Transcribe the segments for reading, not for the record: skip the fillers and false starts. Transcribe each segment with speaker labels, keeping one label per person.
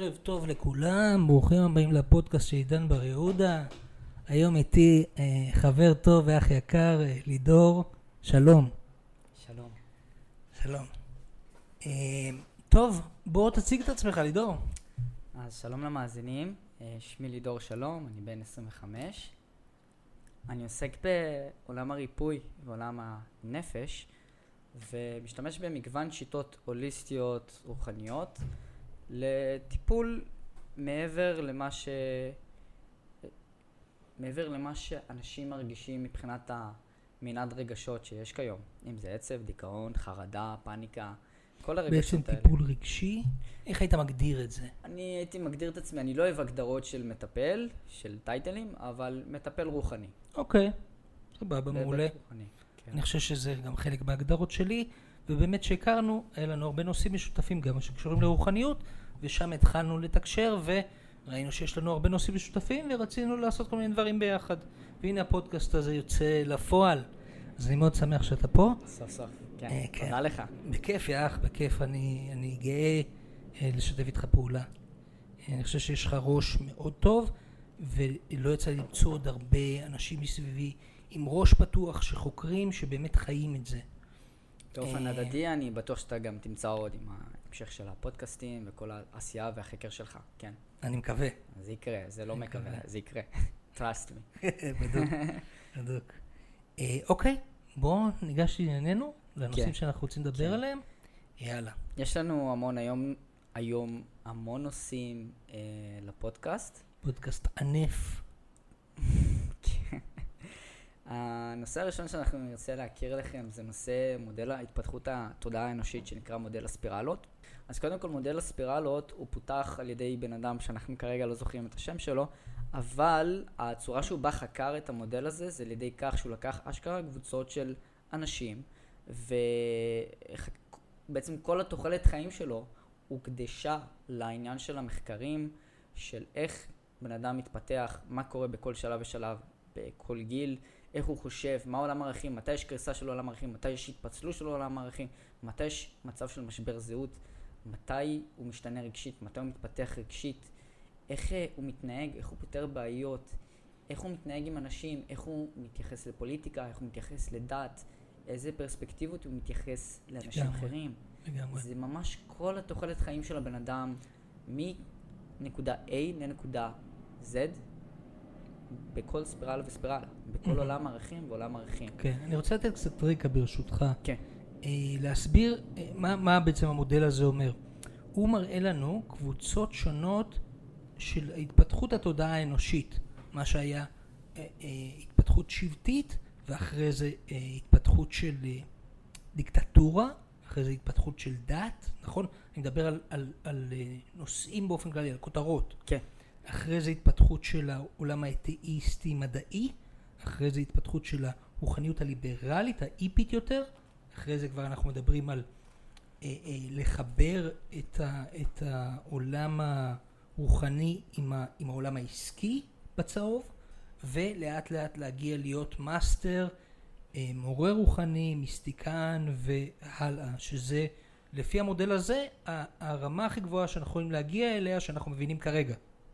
Speaker 1: ערב טוב לכולם, ברוכים הבאים לפודקאסט של עידן בר יהודה. היום איתי חבר טוב ואח יקר, לידור. שלום.
Speaker 2: שלום.
Speaker 1: שלום. טוב, בוא תציג את עצמך, לידור.
Speaker 2: אז שלום למאזינים, שמי לידור שלום, אני בן 25. אני עוסק בעולם הריפוי ועולם הנפש, ומשתמש במגוון שיטות הוליסטיות רוחניות לטיפול מעבר למה שאנשים מרגישים מבחינת המנעד רגשות שיש כיום, אם זה עצב, דיכאון, חרדה, פאניקה, כל הרגשות האלה.
Speaker 1: בעצם טיפול רגשי? איך היית מגדיר את זה?
Speaker 2: אני הייתי מגדיר את עצמי, אני לא אוהב הגדרות של מטפל, של טייטלים, אבל מטפל רוחני.
Speaker 1: אוקיי, סבבה, מעולה.
Speaker 2: רוחני, כן.
Speaker 1: אני חושב שזה גם חלק מההגדרות שלי, ובאמת שהכרנו, היה לנו הרבה נושאים משותפים גם שקשורים לרוחניות, ושם התחלנו לתקשר, וראינו שיש לנו הרבה נושאים משותפים, ורצינו לעשות כל מיני דברים ביחד. והנה הפודקאסט הזה יוצא לפועל. אז אני מאוד שמח שאתה פה.
Speaker 2: סוף סוף, כן. תודה לך.
Speaker 1: בכיף, יא אח, בכיף. אני גאה לשתף איתך פעולה. אני חושב שיש לך ראש מאוד טוב, ולא יצא למצוא עוד הרבה אנשים מסביבי עם ראש פתוח שחוקרים שבאמת חיים את זה.
Speaker 2: באופן הדדי אני בטוח שאתה גם תמצא עוד עם ההמשך של הפודקאסטים וכל העשייה והחקר שלך, כן.
Speaker 1: אני מקווה.
Speaker 2: זה יקרה, זה לא מקווה, זה יקרה. trust me.
Speaker 1: בדוק. אוקיי, בואו ניגש לענייננו, לנושאים שאנחנו רוצים לדבר עליהם. יאללה.
Speaker 2: יש לנו היום המון נושאים לפודקאסט.
Speaker 1: פודקאסט ענף.
Speaker 2: הנושא הראשון שאנחנו נרצה להכיר לכם זה נושא מודל התפתחות התודעה האנושית שנקרא מודל הספירלות. אז קודם כל מודל הספירלות הוא פותח על ידי בן אדם שאנחנו כרגע לא זוכרים את השם שלו, אבל הצורה שהוא בא חקר את המודל הזה זה על ידי כך שהוא לקח אשכרה קבוצות של אנשים, ובעצם כל התוחלת חיים שלו הוקדשה לעניין של המחקרים של איך בן אדם מתפתח, מה קורה בכל שלב ושלב, בכל גיל, איך הוא חושב, מה עולם הערכים, מתי יש קריסה של עולם הערכים, מתי יש התפצלות של עולם הערכים, מתי יש מצב של משבר זהות, מתי הוא משתנה רגשית, מתי הוא מתפתח רגשית, איך הוא מתנהג, איך הוא פותר בעיות, איך הוא מתנהג עם אנשים, איך הוא מתייחס לפוליטיקה, איך הוא מתייחס לדת, איזה פרספקטיבות הוא מתייחס לאנשים אחרים. זה ממש כל התוחלת חיים של הבן אדם, מנקודה A לנקודה Z, בכל ספירלה וספירלה, בכל עולם ערכים ועולם ערכים.
Speaker 1: כן, אני רוצה לתת קצת רקע ברשותך.
Speaker 2: כן.
Speaker 1: להסביר מה בעצם המודל הזה אומר. הוא מראה לנו קבוצות שונות של התפתחות התודעה האנושית, מה שהיה התפתחות שבטית, ואחרי זה התפתחות של דיקטטורה, אחרי זה התפתחות של דת, נכון? אני מדבר על נושאים באופן כללי, על כותרות.
Speaker 2: כן.
Speaker 1: אחרי זה התפתחות של העולם האתאיסטי-מדעי, אחרי זה התפתחות של הרוחניות הליברלית, האיפית יותר, אחרי זה כבר אנחנו מדברים על לחבר את העולם הרוחני עם העולם העסקי בצהוב, ולאט לאט להגיע להיות מאסטר, מורה רוחני, מיסטיקן והלאה, שזה לפי המודל הזה הרמה הכי גבוהה שאנחנו יכולים להגיע אליה, שאנחנו מבינים כרגע.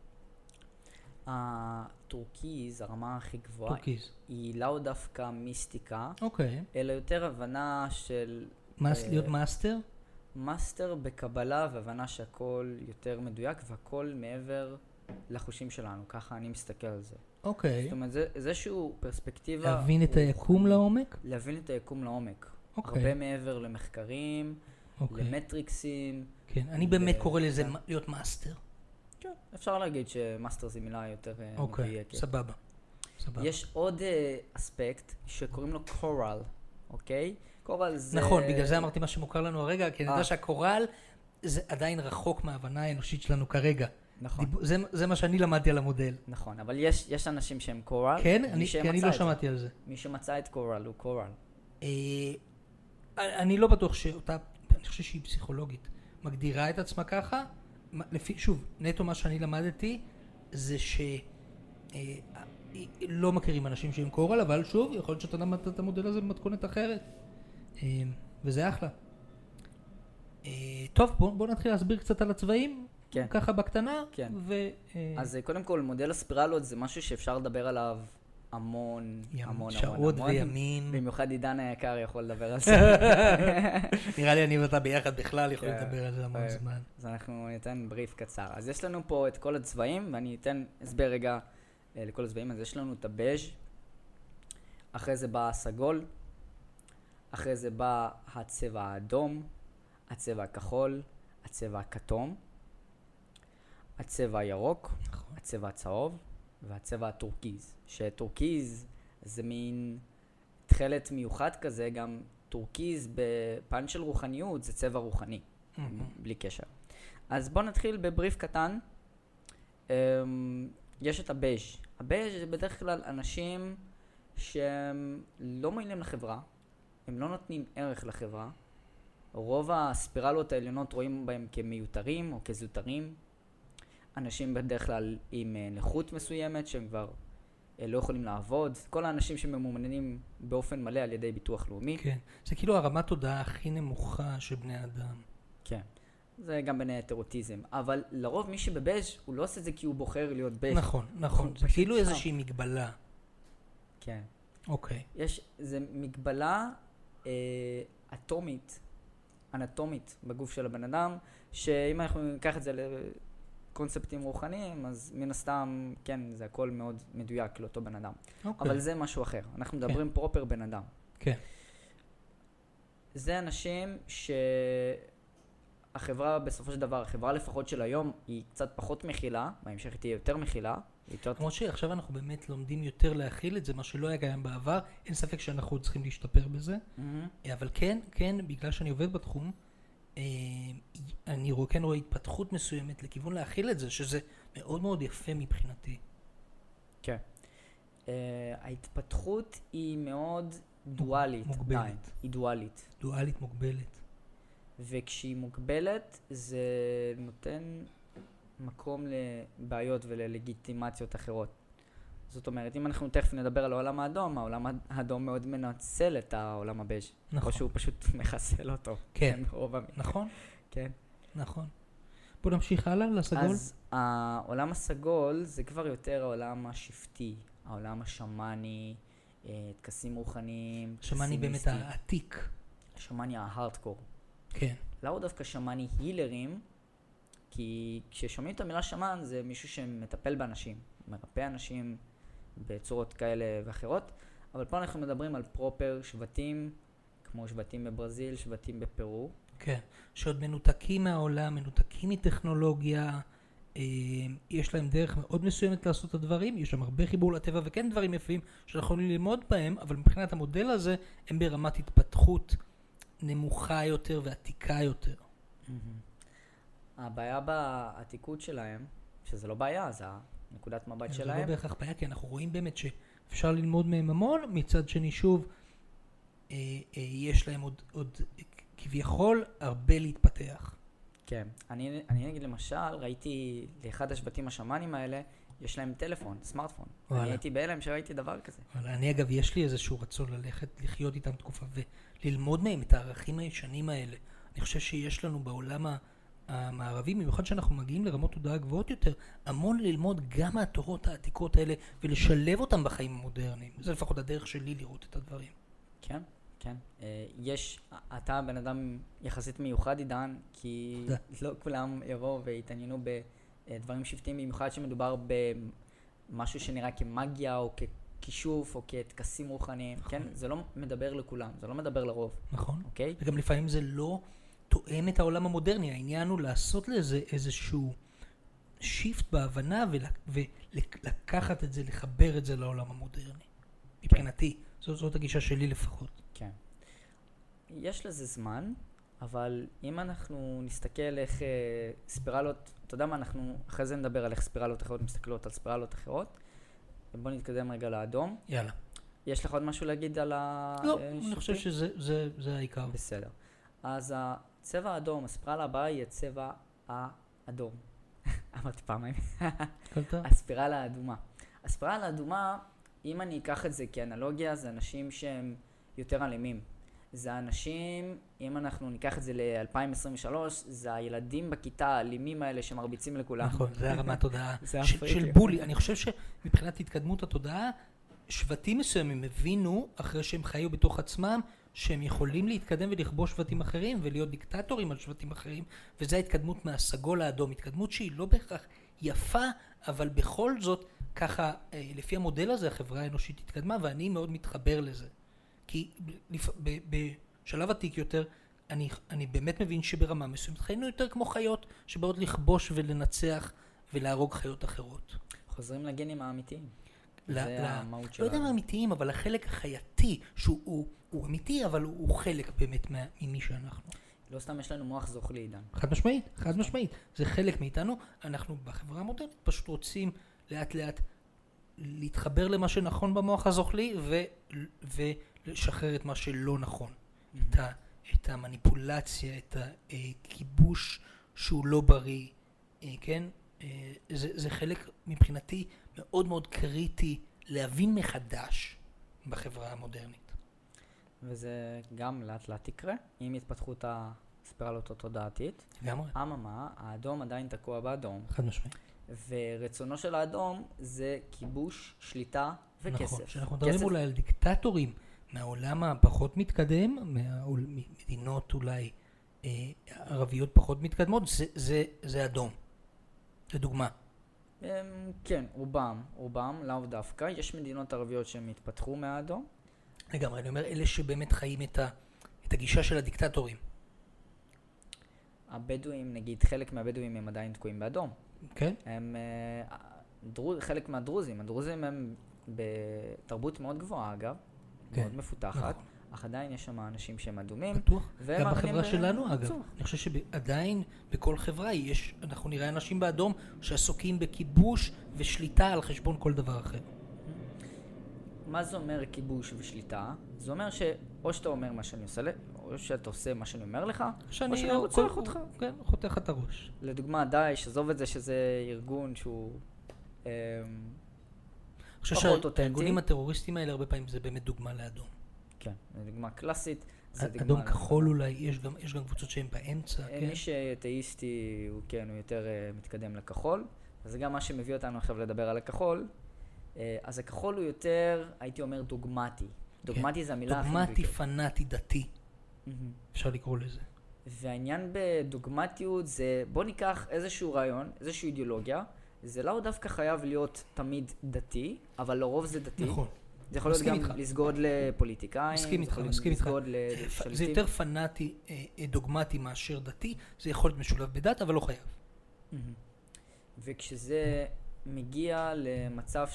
Speaker 2: הטורקיז, הרמה הכי גבוהה, היא לא דווקא מיסטיקה, אלא יותר הבנה של...
Speaker 1: להיות מאסטר?
Speaker 2: מאסטר בקבלה והבנה שהכל יותר מדויק והכל מעבר לחושים שלנו, ככה אני מסתכל על זה.
Speaker 1: אוקיי.
Speaker 2: זאת אומרת, זה איזשהו פרספקטיבה...
Speaker 1: להבין את היקום לעומק?
Speaker 2: להבין את היקום לעומק. הרבה מעבר למחקרים, למטריקסים.
Speaker 1: כן, אני באמת קורא לזה להיות מאסטר.
Speaker 2: כן, אפשר להגיד שמאסטר זו מילה יותר מדויקת.
Speaker 1: אוקיי, סבבה.
Speaker 2: יש עוד אספקט שקוראים לו קורל, אוקיי? קורל זה...
Speaker 1: נכון, בגלל זה אמרתי מה שמוכר לנו הרגע, כי אני יודע שהקורל זה עדיין רחוק מההבנה האנושית שלנו כרגע.
Speaker 2: נכון.
Speaker 1: זה מה שאני למדתי על המודל.
Speaker 2: נכון, אבל יש אנשים שהם קורל.
Speaker 1: כן? כי אני לא שמעתי על זה.
Speaker 2: מי שמצא את קורל הוא קורל.
Speaker 1: אני לא בטוח שאותה, אני חושב שהיא פסיכולוגית, מגדירה את עצמה ככה. שוב, נטו מה שאני למדתי זה לא מכירים אנשים שהם קורל, אבל שוב, יכול להיות שאתה למדת את המודל הזה במתכונת אחרת. וזה אחלה. טוב, בוא נתחיל להסביר קצת על הצבעים.
Speaker 2: כן.
Speaker 1: ככה בקטנה,
Speaker 2: כן.
Speaker 1: ו...
Speaker 2: אז קודם כל, מודל הספירלות זה משהו שאפשר לדבר עליו המון,
Speaker 1: שעות וימים.
Speaker 2: במיוחד עידן היקר יכול לדבר על זה.
Speaker 1: נראה לי אני ואתה ביחד בכלל יכול לדבר על זה המון זמן.
Speaker 2: אז אנחנו ניתן בריף קצר. אז יש לנו פה את כל הצבעים, ואני אתן הסבר רגע לכל הצבעים. אז יש לנו את הבז', אחרי זה בא הסגול, אחרי זה בא הצבע האדום, הצבע הכחול, הצבע הכתום, הצבע הירוק, הצבע הצהוב, והצבע הטורקיז. שטורקיז זה מין תכלת מיוחד כזה, גם טורקיז בפן של רוחניות זה צבע רוחני, בלי קשר. אז בואו נתחיל בבריף קטן. יש את הבז'. הבז' זה בדרך כלל אנשים שהם לא מועילים לחברה, הם לא נותנים ערך לחברה. רוב הספירלות העליונות רואים בהם כמיותרים או כזוטרים. אנשים בדרך כלל עם נכות מסוימת שהם כבר לא יכולים לעבוד. כל האנשים שממומנים באופן מלא על ידי ביטוח לאומי.
Speaker 1: כן, זה כאילו הרמת תודעה הכי נמוכה של בני אדם.
Speaker 2: כן, זה גם בין היתר אוטיזם. אבל לרוב מי שבבז' הוא לא עושה את זה כי הוא בוחר להיות בז'.
Speaker 1: נכון. זה כאילו איזושהי מגבלה.
Speaker 2: כן.
Speaker 1: אוקיי.
Speaker 2: זה מגבלה אנטומית בגוף של הבן אדם, שאם אנחנו ניקח את זה לקונספטים רוחניים, אז מן הסתם, כן, זה הכל מאוד מדויק לאותו בן אדם. אבל זה משהו אחר. אנחנו מדברים פרופר בן אדם.
Speaker 1: כן.
Speaker 2: זה אנשים שהחברה בסופו של דבר, החברה לפחות של היום, היא קצת פחות מכילה, בהמשך היא תהיה יותר מכילה.
Speaker 1: כמו שעכשיו אנחנו באמת לומדים יותר להכיל את זה, מה שלא היה קיים בעבר, אין ספק שאנחנו צריכים להשתפר בזה, אבל כן, בגלל שאני עובד בתחום, אני רואה התפתחות מסוימת לכיוון להכיל את זה, שזה מאוד מאוד יפה מבחינתי.
Speaker 2: כן. ההתפתחות היא מאוד דואלית.
Speaker 1: מוגבלת.
Speaker 2: היא דואלית.
Speaker 1: דואלית מוגבלת.
Speaker 2: וכשהיא מוגבלת, זה נותן מקום לבעיות וללגיטימציות אחרות. זאת אומרת, אם אנחנו תכף נדבר על העולם האדום, העולם האדום מאוד מנצל את העולם הבז'.
Speaker 1: נכון.
Speaker 2: או שהוא פשוט מחסל אותו.
Speaker 1: כן.
Speaker 2: רוב המקרה.
Speaker 1: נכון.
Speaker 2: כן.
Speaker 1: נכון. בוא נמשיך הלאה לסגול.
Speaker 2: אז העולם הסגול זה כבר יותר העולם השבטי, העולם השמאני, טקסים רוחניים,
Speaker 1: שמאני באמת העתיק.
Speaker 2: שמאני ההארדקור.
Speaker 1: כן.
Speaker 2: למה דווקא שמאני הילרים? כי כששומעים את המילה שמן זה מישהו שמטפל באנשים, מרפא אנשים בצורות כאלה ואחרות, אבל פה אנחנו מדברים על פרופר שבטים, כמו שבטים בברזיל, שבטים בפרו.
Speaker 1: כן, שעוד מנותקים מהעולם, מנותקים מטכנולוגיה, יש להם דרך מאוד מסוימת לעשות את הדברים, יש שם הרבה חיבור לטבע וכן דברים יפים שאנחנו יכולים ללמוד בהם, אבל מבחינת המודל הזה הם ברמת התפתחות נמוכה יותר ועתיקה יותר.
Speaker 2: הבעיה בעתיקות שלהם, שזה לא בעיה, זה נקודת מבט שלהם.
Speaker 1: זה לא בהכרח בעיה, כי אנחנו רואים באמת שאפשר ללמוד מהם המון, מצד שני שוב, יש להם עוד כביכול הרבה להתפתח.
Speaker 2: כן, אני נגיד למשל, ראיתי לאחד השבטים השמאנים האלה, יש להם טלפון, סמארטפון. אני הייתי בהלם שראיתי דבר כזה.
Speaker 1: אני אגב, יש לי איזשהו רצון ללכת, לחיות איתם תקופה וללמוד מהם את הערכים הישנים האלה. אני חושב שיש לנו בעולם המערבי, במיוחד שאנחנו מגיעים לרמות תודעה גבוהות יותר, המון ללמוד גם מהתורות העתיקות האלה ולשלב אותם בחיים המודרניים. זה לפחות הדרך שלי לראות את הדברים.
Speaker 2: כן, כן. אתה בן אדם יחסית מיוחד עידן, כי לא כולם יבואו והתעניינו בדברים שבטיים, במיוחד שמדובר במשהו שנראה כמגיה או ככישוף או כטקסים רוחניים. כן? זה לא מדבר לכולם, זה לא מדבר לרוב.
Speaker 1: נכון.
Speaker 2: אוקיי?
Speaker 1: וגם לפעמים זה לא תואם את העולם המודרני. העניין הוא לעשות לזה איזשהו שיפט בהבנה ולקחת את זה, לחבר את זה לעולם המודרני. מבחינתי. זאת הגישה שלי לפחות.
Speaker 2: כן. יש לזה זמן, אבל אם אנחנו נסתכל איך ספירלות, אתה יודע מה, אנחנו אחרי זה נדבר על איך ספירלות אחרות מסתכלות על ספירלות אחרות. בוא נתקדם רגע לאדום.
Speaker 1: יאללה.
Speaker 2: יש לך עוד משהו להגיד על
Speaker 1: לא, אני חושב שזה העיקר.
Speaker 2: בסדר. אז הצבע האדום, הספירלה הבאה היא הצבע האדום. אמרתי פעמיים. הספירלה האדומה. הספירלה האדומה, אם אני אקח את זה כאנלוגיה, זה אנשים שהם יותר אלימים. זה אנשים, אם אנחנו ניקח את זה ל-2023, זה הילדים בכיתה האלימים האלה שמרביצים לכולם.
Speaker 1: נכון, זה הרמת תודעה
Speaker 2: זה
Speaker 1: של בולי. אני חושב שמבחינת התקדמות התודעה, שבטים מסוימים הבינו, אחרי שהם חיו בתוך עצמם, שהם יכולים להתקדם ולכבוש שבטים אחרים ולהיות דיקטטורים על שבטים אחרים, וזו ההתקדמות מהסגול לאדום, התקדמות שהיא לא בהכרח יפה, אבל בכל זאת, ככה, לפי המודל הזה, החברה האנושית התקדמה, ואני מאוד מתחבר לזה. כי בשלב עתיק יותר, אני באמת מבין שברמה מסוימת חיינו יותר כמו חיות, שבאות לכבוש ולנצח ולהרוג חיות אחרות.
Speaker 2: חוזרים לגנים האמיתיים. זה המהות
Speaker 1: לא
Speaker 2: שלנו.
Speaker 1: יודע מה אמיתיים, אבל החלק החייתי, שהוא אמיתי, אבל הוא חלק באמת ממי שאנחנו.
Speaker 2: לא סתם יש לנו מוח זוכלי, עידן.
Speaker 1: חד משמעית, חד משמעית. זה חלק מאיתנו. אנחנו בחברה המודרנית פשוט רוצים לאט לאט להתחבר למה שנכון במוח הזוכלי ולשחרר את מה שלא נכון. את המניפולציה, את הכיבוש שהוא לא בריא, כן? זה חלק מבחינתי מאוד מאוד קריטי להבין מחדש בחברה המודרנית.
Speaker 2: וזה גם לאט לאט יקרה, עם התפתחות הספירלות התודעתית.
Speaker 1: לגמרי.
Speaker 2: אממה, האדום עדיין תקוע באדום.
Speaker 1: חד משמעית.
Speaker 2: ורצונו של האדום זה כיבוש, שליטה וכסף.
Speaker 1: נכון, שאנחנו מדברים אולי על דיקטטורים מהעולם הפחות מתקדם, ממדינות אולי ערביות פחות מתקדמות, זה אדום. זה דוגמה.
Speaker 2: כן, רובם, לאו דווקא. יש מדינות ערביות שהם התפתחו מהאדום.
Speaker 1: לגמרי, אני אומר, אלה שבאמת חיים את הגישה של הדיקטטורים.
Speaker 2: הבדואים, נגיד, חלק מהבדואים הם עדיין תקועים באדום.
Speaker 1: כן?
Speaker 2: הם, חלק מהדרוזים, הדרוזים הם בתרבות מאוד גבוהה אגב,
Speaker 1: כן,
Speaker 2: מאוד מפותחת,
Speaker 1: נכון.
Speaker 2: אך עדיין יש שם אנשים שהם אדומים.
Speaker 1: בטוח,
Speaker 2: והם
Speaker 1: גם
Speaker 2: מאמינים
Speaker 1: בחברה שלנו אגב.
Speaker 2: בצורך.
Speaker 1: אני חושב שעדיין בכל חברה אנחנו נראה אנשים באדום שעסוקים בכיבוש ושליטה על חשבון כל דבר אחר.
Speaker 2: מה זה אומר כיבוש ושליטה? זה אומר שאו שאתה אומר מה שאני עושה, או שאתה עושה מה שאני אומר לך, או שאני רוצח אותך.
Speaker 1: כן, חותך את הראש.
Speaker 2: לדוגמה, דאעש, עזוב את זה שזה ארגון שהוא
Speaker 1: אני חושב שהארגונים הטרוריסטיים האלה הרבה פעמים זה באמת דוגמה לאדום.
Speaker 2: כן, זו דוגמה קלאסית.
Speaker 1: אדום כחול אולי, יש גם קבוצות שהן באמצע, כן?
Speaker 2: מי שאתאיסטי, הוא יותר מתקדם לכחול, וזה גם מה שמביא אותנו עכשיו לדבר על הכחול. אז הכחול הוא יותר, הייתי אומר, דוגמטי. דוגמטי זה המילה הכי מדויקת.
Speaker 1: דוגמטי, פנאטי, דתי. אפשר לקרוא לזה.
Speaker 2: והעניין בדוגמטיות זה, בוא ניקח איזשהו רעיון, איזושהי אידיאולוגיה, זה לא דווקא חייב להיות תמיד דתי, אבל לרוב זה דתי.
Speaker 1: נכון.
Speaker 2: זה יכול להיות גם לסגוד לפוליטיקאים.
Speaker 1: מסכים איתך, מסכים איתך. זה יותר פנאטי, דוגמטי מאשר דתי, זה יכול להיות משולב בדת, אבל לא חייב.
Speaker 2: וכשזה מגיע למצב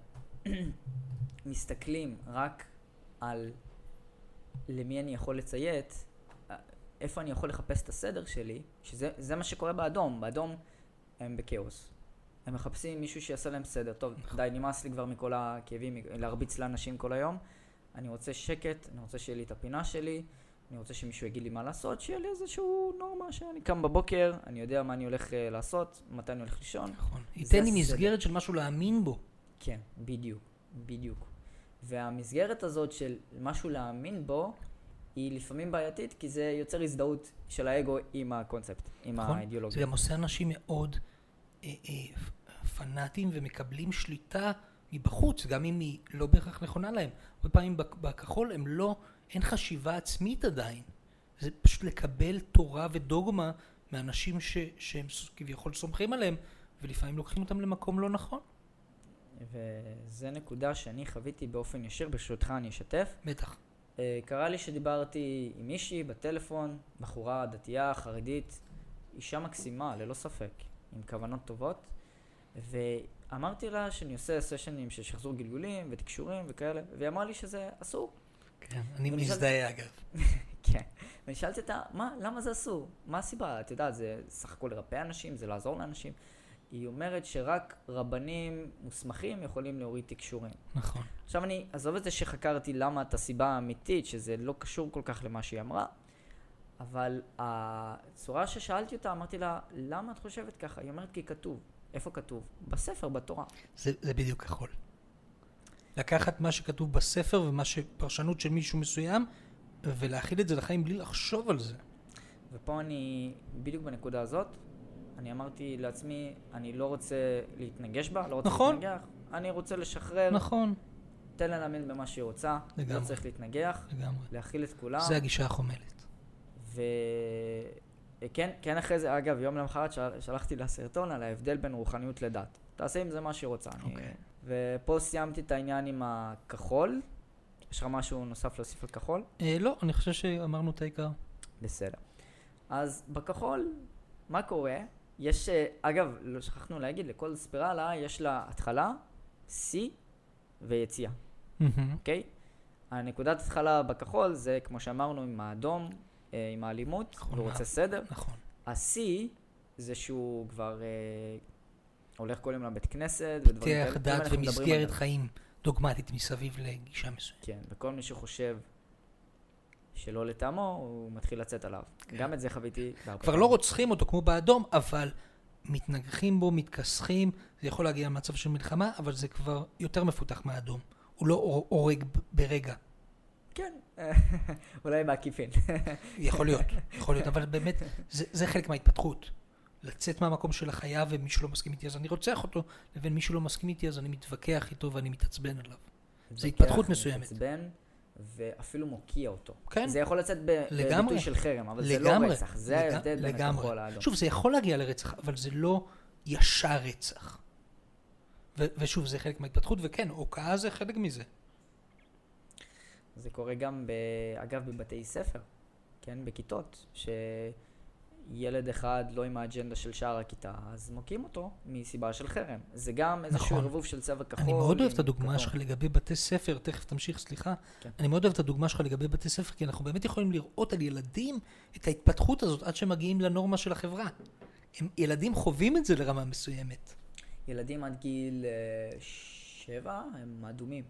Speaker 2: שמסתכלים רק על למי אני יכול לציית, איפה אני יכול לחפש את הסדר שלי, שזה מה שקורה באדום. באדום הם בכאוס. הם מחפשים מישהו שיעשה להם סדר. טוב, די, נמאס לי כבר מכל הכאבים, להרביץ לאנשים כל היום. אני רוצה שקט, אני רוצה שיהיה לי את הפינה שלי, אני רוצה שמישהו יגיד לי מה לעשות, שיהיה לי איזשהו נורמה שאני קם בבוקר, אני יודע מה אני הולך לעשות, מתי אני הולך לישון.
Speaker 1: נכון. ייתן לי מסגרת של משהו להאמין בו.
Speaker 2: כן, בדיוק. והמסגרת הזאת של משהו להאמין בו, היא לפעמים בעייתית, כי זה יוצר הזדהות של האגו עם הקונספט, עם האידיאולוגיה.
Speaker 1: זה גם עושה אנשים מאוד פנאטים ומקבלים שליטה מבחוץ, גם אם היא לא בהכרח נכונה להם. הרבה פעמים בכחול אין חשיבה עצמית עדיין. זה פשוט לקבל תורה ודוגמה מאנשים שהם כביכול סומכים עליהם, ולפעמים לוקחים אותם למקום לא נכון.
Speaker 2: וזה נקודה שאני חוויתי באופן ישיר, ברשותך אני אשתף.
Speaker 1: בטח.
Speaker 2: קרה לי שדיברתי עם מישהי בטלפון, בחורה דתייה, חרדית, אישה מקסימה, ללא ספק, עם כוונות טובות, ואמרתי לה שאני עושה סשנים של שחזור גלגולים ותקשורים וכאלה, והיא אמרה לי שזה אסור.
Speaker 1: כן, אני מזדהה אגב.
Speaker 2: כן, ואני שאלתי אותה, למה זה אסור? מה הסיבה? אתה יודע, זה סך הכל לרפא אנשים, זה לעזור לאנשים. היא אומרת שרק רבנים מוסמכים יכולים להוריד תקשורים.
Speaker 1: נכון.
Speaker 2: עכשיו אני עזוב את זה שחקרתי למה את הסיבה האמיתית, שזה לא קשור כל כך למה שהיא אמרה, אבל הצורה ששאלתי אותה, אמרתי לה, למה את חושבת ככה? היא אומרת כי כתוב. איפה כתוב? בספר, בתורה.
Speaker 1: זה בדיוק יכול. לקחת מה שכתוב בספר ומה שפרשנות של מישהו מסוים, ולהכיל את זה לחיים בלי לחשוב על זה.
Speaker 2: ופה אני, בדיוק בנקודה הזאת, אני אמרתי לעצמי, אני לא רוצה להתנגש בה, לא רוצה
Speaker 1: נכון.
Speaker 2: להתנגח, אני רוצה לשחרר,
Speaker 1: נכון.
Speaker 2: תן לה להאמין במה שהיא רוצה,
Speaker 1: לגמרי.
Speaker 2: לא צריך להתנגח,
Speaker 1: לגמרי.
Speaker 2: להכיל את כולם.
Speaker 1: זה הגישה החומלת.
Speaker 2: כן, אחרי זה, אגב, יום למחרת שלחתי לה סרטון על ההבדל בין רוחניות לדת. תעשה עם זה מה שהיא רוצה.
Speaker 1: אוקיי.
Speaker 2: ופה סיימתי את העניין עם הכחול. יש לך משהו נוסף להוסיף על כחול?
Speaker 1: לא, אני חושב שאמרנו את העיקר.
Speaker 2: בסדר. אז בכחול, מה קורה? יש, אגב, לא שכחנו להגיד, לכל ספירלה יש לה התחלה, שיא ויציאה. אוקיי? הנקודת התחלה בכחול זה, כמו שאמרנו, עם האדום, עם האלימות, הוא רוצה סדר.
Speaker 1: נכון.
Speaker 2: השיא זה שהוא כבר הולך כל יום לבית כנסת.
Speaker 1: פתח דת ומסגרת חיים דוגמטית מסביב לגישה מסוימת.
Speaker 2: כן, וכל מי שחושב שלא לטעמו, הוא מתחיל לצאת עליו.
Speaker 1: כן.
Speaker 2: גם את זה חוויתי.
Speaker 1: כבר לא רוצחים אותו כמו באדום, אבל מתנגחים בו, מתכסחים, זה יכול להגיע למצב של מלחמה, אבל זה כבר יותר מפותח מהאדום. הוא לא הורג ברגע.
Speaker 2: כן, אולי בעקיפין.
Speaker 1: יכול להיות, אבל באמת זה חלק מההתפתחות. לצאת מהמקום של החיה ומישהו לא מסכים איתי אז אני רוצח אותו, לבין מישהו לא מסכים איתי אז אני מתווכח איתו ואני מתעצבן עליו. זה התפתחות מסוימת.
Speaker 2: מתעצבן ואפילו מוקיע אותו.
Speaker 1: כן.
Speaker 2: זה יכול לצאת בביטוי של חרם, אבל זה לא רצח. זה ההבדל בין הכחול לאדום.
Speaker 1: שוב, זה יכול להגיע לרצח, אבל זה לא ישר רצח. ושוב, זה חלק מההתפתחות, וכן, הוקעה זה חלק מזה.
Speaker 2: זה קורה גם, אגב, בבתי ספר, כן, בכיתות, שילד אחד לא עם האג'נדה של שאר הכיתה, אז מוקים אותו מסיבה של חרם. זה גם איזשהו ערבוב של צבע כחול.
Speaker 1: אני מאוד אוהב את הדוגמה שלך לגבי בתי ספר, תכף תמשיך, סליחה. אני מאוד אוהב את הדוגמה שלך לגבי בתי ספר, כי אנחנו באמת יכולים לראות על ילדים את ההתפתחות הזאת עד שמגיעים לנורמה של החברה. ילדים חווים את זה לרמה מסוימת.
Speaker 2: ילדים עד גיל 7 הם אדומים.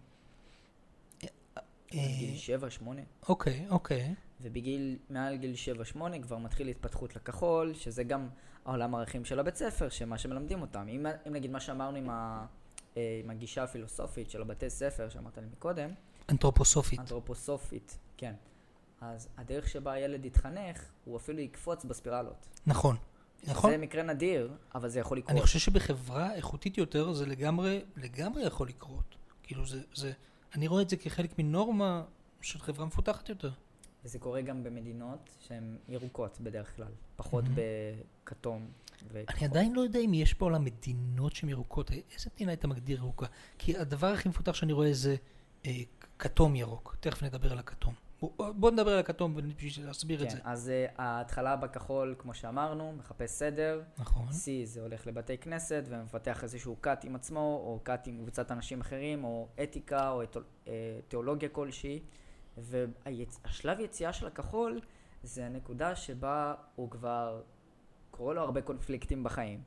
Speaker 2: בגיל 7-8.
Speaker 1: אוקיי.
Speaker 2: ובגיל, מעל גיל 7-8 כבר מתחיל התפתחות לכחול, שזה גם העולם הערכים של הבית ספר, שמה שמלמדים אותם. אם נגיד מה שאמרנו עם הגישה הפילוסופית של הבתי ספר, שאמרת לי מקודם. אנתרופוסופית, כן. אז הדרך שבה הילד יתחנך, הוא אפילו יקפוץ בספירלות.
Speaker 1: נכון.
Speaker 2: זה מקרה נדיר, אבל זה יכול לקרות.
Speaker 1: אני חושב שבחברה איכותית יותר, זה לגמרי יכול לקרות. כאילו אני רואה את זה כחלק מנורמה של חברה מפותחת יותר.
Speaker 2: וזה קורה גם במדינות שהן ירוקות בדרך כלל, פחות בכתום וכחול.
Speaker 1: אני עדיין לא יודע אם יש פה עולם מדינות שהן ירוקות. איזה מדינה היית מגדיר ירוקה? כי הדבר הכי מפותח שאני רואה זה כתום ירוק. תכף נדבר על הכתום. בוא נדבר על הכתום בשביל להסביר את זה.
Speaker 2: כן, אז ההתחלה בכחול, כמו שאמרנו, מחפש סדר.
Speaker 1: נכון.
Speaker 2: C זה הולך לבתי כנסת ומפתח איזשהו קאט עם עצמו, או קאט עם קבוצת אנשים אחרים, או אתיקה, או תיאולוגיה כלשהי. והשלב יציאה של הכחול זה הנקודה שבה הוא כבר קורא לו הרבה קונפליקטים בחיים.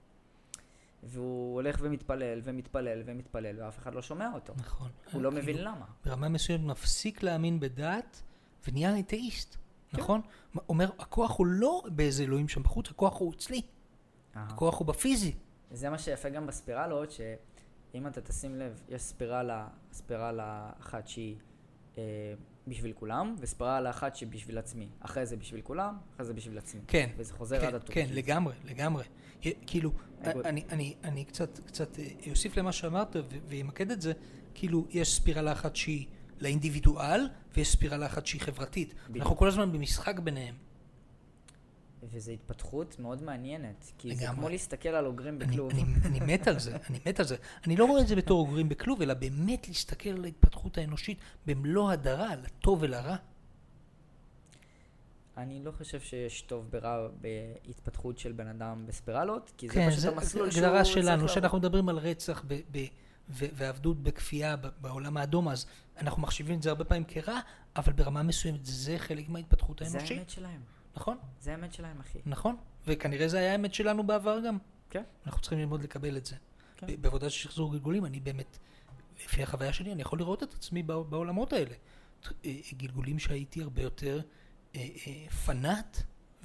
Speaker 2: והוא הולך ומתפלל, ואף אחד לא שומע אותו.
Speaker 1: נכון.
Speaker 2: הוא לא מבין למה.
Speaker 1: ברמה מסוימת מפסיק להאמין בדת ונהיה אתאיסט, נכון? אומר, הכוח הוא לא באיזה אלוהים שם בחוץ, הכוח הוא אצלי. הכוח הוא בפיזי.
Speaker 2: זה מה שיפה גם בספירלות, שאם אתה תשים לב, יש ספירלה אחת שהיא בשביל כולם, וספירלה אחת שהיא בשביל עצמי. אחרי זה בשביל כולם, אחרי זה בשביל עצמי.
Speaker 1: כן.
Speaker 2: וזה חוזר עד התורכי.
Speaker 1: כן, לגמרי. כאילו, אני קצת אוסיף למה שאמרת וימקד את זה, כאילו יש ספירלה אחת שהיא לאינדיבידואל, ויש ספירלה אחת שהיא חברתית. אנחנו כל הזמן במשחק ביניהם.
Speaker 2: וזו התפתחות מאוד מעניינת, כי זה כמו להסתכל על אוגרים בכלוב.
Speaker 1: אני מת על זה. אני לא רואה את זה בתור אוגרים בכלוב, אלא באמת להסתכל על ההתפתחות האנושית במלוא הדרה, לטוב ולרע.
Speaker 2: אני לא חושב שיש טוב ברע בהתפתחות של בן אדם בספירלות, כי זה פשוט המסלול שהוא...
Speaker 1: הגדרה שלנו, שאנחנו מדברים על רצח ועבדות בכפייה בעולם האדום, אז אנחנו מחשיבים את זה הרבה פעמים כרע, אבל ברמה מסוימת זה חלק מההתפתחות האנושית.
Speaker 2: זה האמת שלהם.
Speaker 1: נכון?
Speaker 2: זה האמת שלהם, אחי.
Speaker 1: נכון, וכנראה זה היה האמת שלנו בעבר גם.
Speaker 2: כן.
Speaker 1: אנחנו צריכים ללמוד לקבל את זה.
Speaker 2: כן.
Speaker 1: בעבודה של שחזור גלגולים, אני באמת, לפי החוויה שלי, אני יכול לראות את עצמי בעולמות האלה. גלגולים שהייתי הרבה יותר פנאט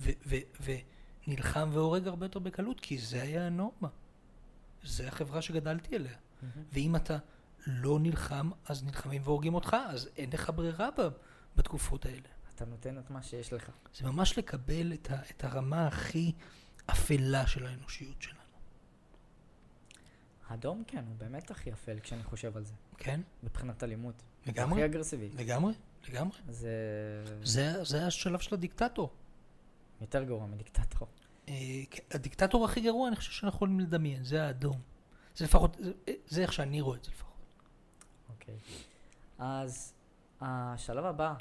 Speaker 1: ונלחם והורג הרבה יותר בקלות, כי זה היה הנורמה. זה החברה שגדלתי אליה. ואם אתה לא נלחם, אז נלחמים והורגים אותך, אז אין לך ברירה בתקופות האלה.
Speaker 2: אתה נותן את מה שיש לך.
Speaker 1: זה ממש לקבל את הרמה הכי אפלה של האנושיות שלנו.
Speaker 2: האדום כן, הוא באמת הכי אפל כשאני חושב על זה.
Speaker 1: כן?
Speaker 2: מבחינת אלימות.
Speaker 1: לגמרי?
Speaker 2: הכי אגרסיבי.
Speaker 1: לגמרי, לגמרי. זה השלב של הדיקטטור.
Speaker 2: יותר גרוע מדיקטטור.
Speaker 1: הדיקטטור הכי גרוע, אני חושב שאנחנו יכולים לדמיין, זה האדום. זה לפחות, זה איך שאני רואה את זה לפחות.
Speaker 2: אוקיי. אז השלב הבא,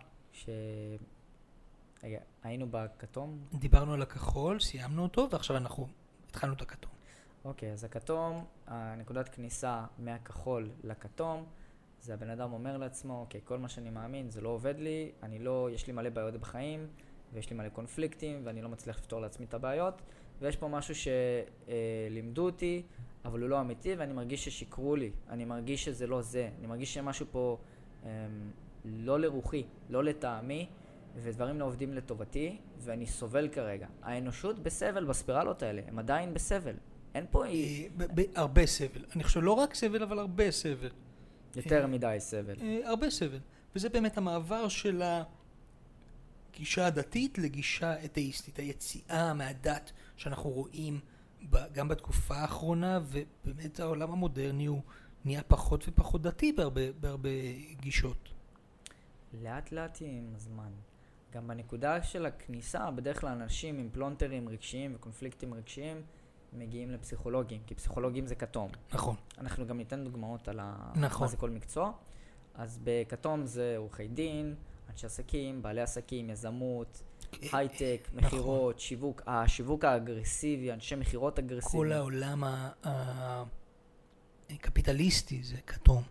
Speaker 2: היינו בכתום.
Speaker 1: דיברנו על הכחול, סיימנו אותו, ועכשיו אנחנו התחלנו את הכתום.
Speaker 2: אוקיי, אז הכתום, הנקודת כניסה מהכחול לכתום, זה הבן אדם אומר לעצמו, אוקיי, כל מה שאני מאמין, זה לא עובד לי, יש לי מלא בעיות בחיים, ויש לי מלא קונפליקטים, ואני לא מצליח לפתור לעצמי את הבעיות, ויש פה משהו שלימדו אותי, אבל הוא לא אמיתי, ואני מרגיש ששיקרו לי, אני מרגיש שזה לא זה, אני מרגיש שמשהו פה לא לרוחי, לא לטעמי, ודברים לא עובדים לטובתי, ואני סובל כרגע. האנושות בסבל בספירלות האלה, הם עדיין בסבל. אין פה
Speaker 1: הרבה סבל. אני חושב לא רק סבל, אבל הרבה סבל.
Speaker 2: יותר מדי סבל.
Speaker 1: הרבה סבל. וזה באמת המעבר של הגישה הדתית לגישה אתאיסטית. היציאה מהדת שאנחנו רואים גם בתקופה האחרונה, ובאמת העולם המודרני הוא נהיה פחות ופחות דתי בהרבה גישות.
Speaker 2: לאט לאט עם הזמן. גם בנקודה של הכניסה, בדרך כלל אנשים עם פלונטרים רגשיים וקונפליקטים רגשיים מגיעים לפסיכולוגים, כי פסיכולוגים זה כתום.
Speaker 1: נכון.
Speaker 2: אנחנו גם ניתן דוגמאות על
Speaker 1: נכון.
Speaker 2: מה זה כל מקצוע. אז בכתום זה עורכי דין, אנשי עסקים, בעלי עסקים, יזמות, הייטק, מחירות, שיווק, השיווק האגרסיבי, אנשי מחירות אגרסיביים.
Speaker 1: כל העולם הקפיטליסטי זה כתום.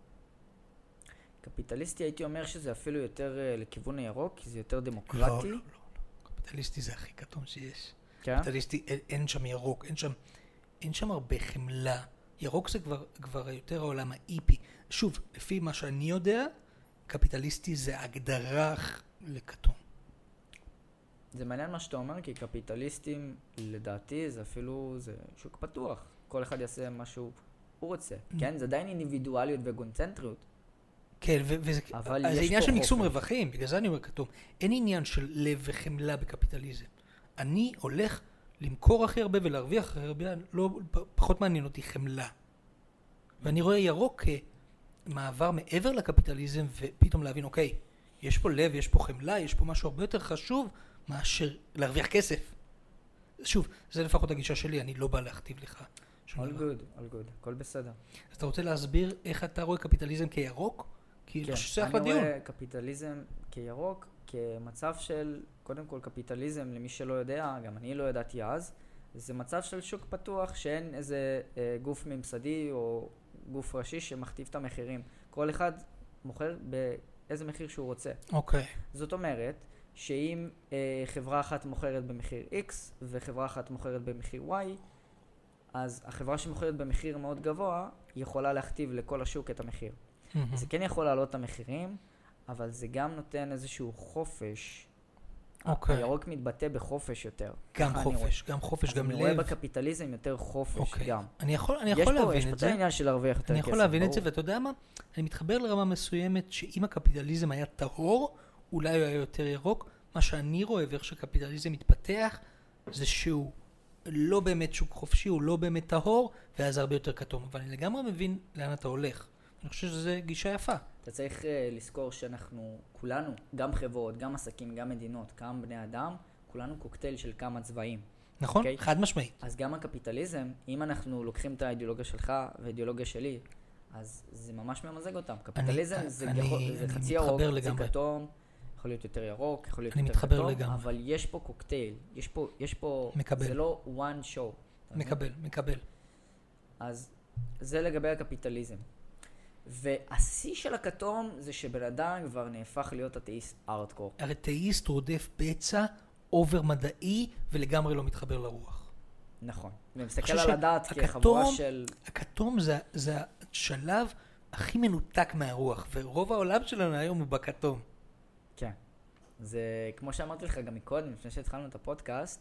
Speaker 2: קפיטליסטי הייתי אומר שזה אפילו יותר לכיוון הירוק, כי זה יותר דמוקרטי.
Speaker 1: לא. קפיטליסטי זה הכי כתום שיש.
Speaker 2: כן?
Speaker 1: קפיטליסטי, אין שם ירוק, אין שם הרבה חמלה. ירוק זה כבר יותר העולם האיפי. שוב, לפי מה שאני יודע, קפיטליסטי זה הגדרה לכתום.
Speaker 2: זה מעניין מה שאתה אומר, כי קפיטליסטים, לדעתי, זה אפילו, זה שוק פתוח. כל אחד יעשה מה שהוא רוצה. כן? זה עדיין אינדיבידואליות וגונצנטריות.
Speaker 1: כן, וזה עניין של מקסום רווחים, בגלל זה אני אומר כתום. אין עניין של לב וחמלה בקפיטליזם. אני הולך למכור הכי הרבה ולהרוויח הכי הרבה, פחות מעניין אותי חמלה. ואני רואה ירוק כמעבר מעבר לקפיטליזם, ופתאום להבין, אוקיי, יש פה לב, יש פה חמלה, יש פה משהו הרבה יותר חשוב מאשר להרוויח כסף. שוב, זה לפחות הגישה שלי, אני לא בא להכתיב לך.
Speaker 2: all good, הכל בסדר.
Speaker 1: אז אתה רוצה להסביר איך אתה רואה קפיטליזם כירוק? כי
Speaker 2: כן, אני רואה קפיטליזם כירוק, כמצב של, קודם כל קפיטליזם, למי שלא יודע, גם אני לא ידעתי אז, זה מצב של שוק פתוח שאין איזה גוף ממסדי או גוף ראשי שמכתיב את המחירים. כל אחד מוכר באיזה מחיר שהוא רוצה.
Speaker 1: אוקיי.
Speaker 2: זאת אומרת, שאם חברה אחת מוכרת במחיר X וחברה אחת מוכרת במחיר Y, אז החברה שמוכרת במחיר מאוד גבוה יכולה להכתיב לכל השוק את המחיר. זה כן יכול לעלות את המחירים, אבל זה גם נותן איזשהו חופש. הירוק מתבטא בחופש יותר.
Speaker 1: גם חופש, גם לב.
Speaker 2: אני רואה בקפיטליזם יותר חופש גם.
Speaker 1: אני יכול להבין
Speaker 2: יש
Speaker 1: את
Speaker 2: פה את
Speaker 1: זה.
Speaker 2: העניין של להרוויח יותר כסף.
Speaker 1: אני יכול להבין את זה, ואתה יודע מה? אני מתחבר לרמה מסוימת שאם הקפיטליזם היה טהור, אולי הוא היה יותר ירוק. מה שאני רואה ואיך שקפיטליזם מתפתח, זה שהוא לא באמת שוק חופשי, הוא לא באמת טהור, ואז הרבה יותר כתום. אבל אני לגמרי מבין לאן אתה הולך. אני חושב שזו גישה יפה.
Speaker 2: אתה צריך לזכור שאנחנו, כולנו, גם חברות, גם עסקים, גם מדינות, גם בני אדם, כולנו קוקטייל של כמה צבעים.
Speaker 1: נכון? Okay? חד משמעית.
Speaker 2: אז גם הקפיטליזם, אם אנחנו לוקחים את האידיאולוגיה שלך והאידיאולוגיה שלי, אז זה ממש ממזג אותם. קפיטליזם זה חצי ירוק, חצי כתום, יכול להיות יותר ירוק, יכול להיות יותר כתום, אבל יש פה קוקטייל, יש פה,
Speaker 1: מקבל.
Speaker 2: זה לא one show.
Speaker 1: מקבל.
Speaker 2: אז זה לגבי הקפיטליזם. והשיא של הכתום זה שבן אדם כבר נהפך להיות אתאיסט ארטקור.
Speaker 1: אתאיסט רודף בצע, אובר מדעי, ולגמרי לא מתחבר לרוח.
Speaker 2: נכון. ומסתכל על הדת כחבורה של...
Speaker 1: הכתום זה השלב הכי מנותק מהרוח, ורוב העולם שלנו היום הוא בכתום.
Speaker 2: כן. זה, כמו שאמרתי לך גם מקודם, לפני שהתחלנו את הפודקאסט,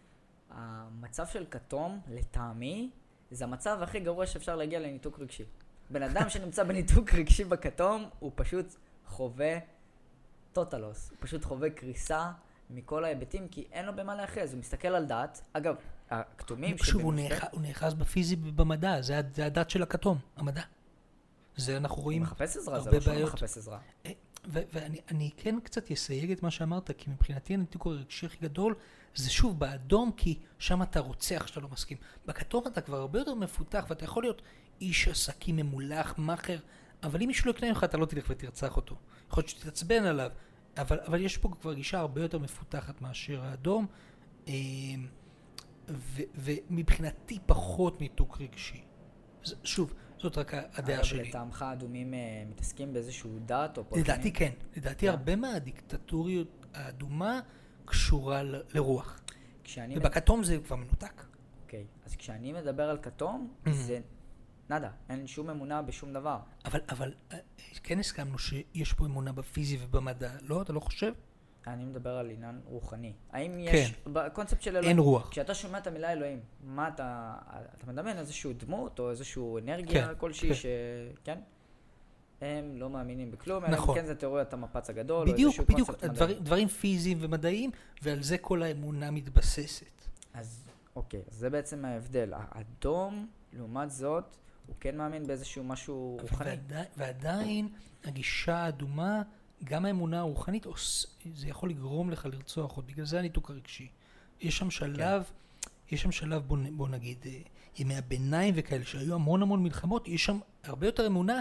Speaker 2: המצב של כתום, לטעמי, זה המצב הכי גרוע שאפשר להגיע לניתוק רגשי. בן אדם שנמצא בניתוק רגשי בכתום, הוא פשוט חווה טוטלוס. הוא פשוט חווה קריסה מכל ההיבטים, כי אין לו במה להיאחז. הוא מסתכל על דת. אגב, הכתומים...
Speaker 1: שוב, הוא נאחז בפיזי ובמדע, זה הדת של הכתום, המדע. זה אנחנו רואים...
Speaker 2: הוא מחפש עזרה, זה
Speaker 1: הרבה
Speaker 2: לא שהוא
Speaker 1: בעיות.
Speaker 2: מחפש עזרה.
Speaker 1: ואני כן קצת אסייג את מה שאמרת, כי מבחינתי הניתוק הרגשי הכי גדול, זה שוב באדום, כי שם אתה רוצח שאתה לא מסכים. בכתום אתה כבר הרבה יותר מפותח, ואתה יכול להיות איש עסקים ממולח, מאחר, אבל אם מישהו לא יקנה לך, אתה לא תלך ותרצח אותו. יכול להיות שתתעצבן עליו, אבל יש פה כבר גישה הרבה יותר מפותחת מאשר האדום, ומבחינתי פחות ניתוק רגשי. שוב, זאת רק הדעה שלי.
Speaker 2: אבל לטעמך האדומים מתעסקים באיזשהו דת או פולטנים?
Speaker 1: לדעתי כן. לדעתי הרבה מהדיקטטוריות האדומה קשורה לרוח. ובכתום זה כבר מנותק.
Speaker 2: אוקיי, אז כשאני מדבר על כתום, זה נדה, אין שום אמונה בשום דבר.
Speaker 1: אבל כן הסכמנו שיש פה אמונה בפיזי ובמדע, לא? אתה לא חושב?
Speaker 2: אני מדבר על עניין רוחני. האם יש, בקונספט של אלוהים,
Speaker 1: אין רוח.
Speaker 2: כשאתה שומע את המילה אלוהים, מה אתה מדמיין איזשהו דמות או איזשהו אנרגיה כלשהי כן? הם לא מאמינים בכלום,
Speaker 1: נכון.
Speaker 2: כן זה תיאוריית המפץ הגדול,
Speaker 1: בדיוק,
Speaker 2: או
Speaker 1: בדיוק,
Speaker 2: איזשהו קונספט מדעי.
Speaker 1: דברים פיזיים ומדעיים, ועל זה כל האמונה מתבססת.
Speaker 2: אז אוקיי, אז זה בעצם ההבדל. האדום, לעומת זאת, הוא כן מאמין באיזשהו משהו רוחני.
Speaker 1: ועדיין, הגישה האדומה, גם האמונה הרוחנית, זה יכול לגרום לך לרצוח עוד, בגלל זה הניתוק הרגשי. יש שם שלב, בוא נגיד, ימי הביניים וכאלה, שהיו המון מלחמות, יש שם הרבה יותר אמונה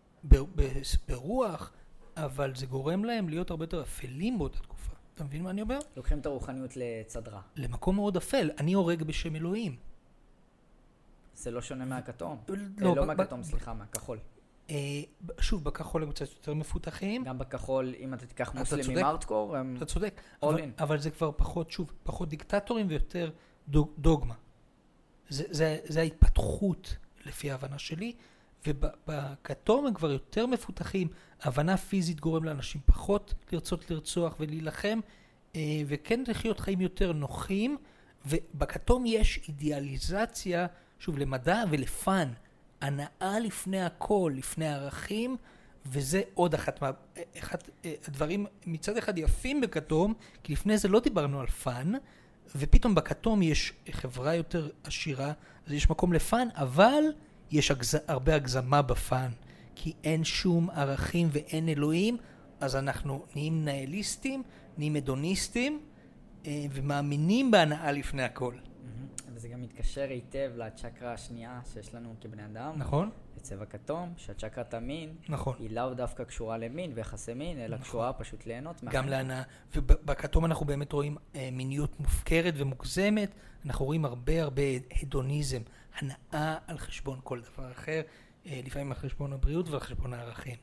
Speaker 1: ברוח, אבל זה גורם להם להיות הרבה יותר אפלים באותה תקופה. אתה מבין מה אני אומר?
Speaker 2: לוקחים את הרוחניות לצדרה.
Speaker 1: למקום מאוד אפל. אני הורג בשם אלוהים.
Speaker 2: זה לא שונה מהכתום.
Speaker 1: לא
Speaker 2: מהכתום, סליחה, מהכחול.
Speaker 1: שוב, בכחול הם קצת יותר מפותחים.
Speaker 2: גם בכחול, אם אתה תיקח מוסלמים ארטקור, הם...
Speaker 1: אתה צודק.
Speaker 2: אבל
Speaker 1: זה כבר פחות דיקטטורים ויותר דוגמה. זה ההתפתחות לפי ההבנה שלי. ובכתום הם כבר יותר מפותחים, הבנה פיזית גורם לאנשים פחות לרצות לרצוח ולהילחם, וכן לחיות חיים יותר נוחים, ובכתום יש אידיאליזציה, שוב, למדע ולפן, הנאה לפני הכל, לפני הערכים, וזה עוד אחד הדברים מצד אחד יפים בכתום, כי לפני זה לא דיברנו על פן, ופתאום בכתום יש חברה יותר עשירה, אז יש מקום לפן, אבל יש הרבה הגזמה בפן, כי אין שום ערכים ואין אלוהים, אז אנחנו נהיים נהיליסטים, נהיים הדוניסטים, ומאמינים בהנאה לפני הכל.
Speaker 2: וזה גם מתקשר היטב לצ'קרה השנייה שיש לנו כבני אדם.
Speaker 1: נכון.
Speaker 2: לצבע כתום, שהצ'קרת המין,
Speaker 1: נכון.
Speaker 2: היא לאו דווקא קשורה למין ויחסי מין, אלא קשורה פשוט ליהנות מהחיים.
Speaker 1: גם להנאה. ובכתום אנחנו באמת רואים מיניות מופקרת ומוגזמת, אנחנו רואים הרבה הדוניזם, הנאה על חשבון כל דבר אחר, לפעמים על חשבון הבריאות ועל חשבון הערכים.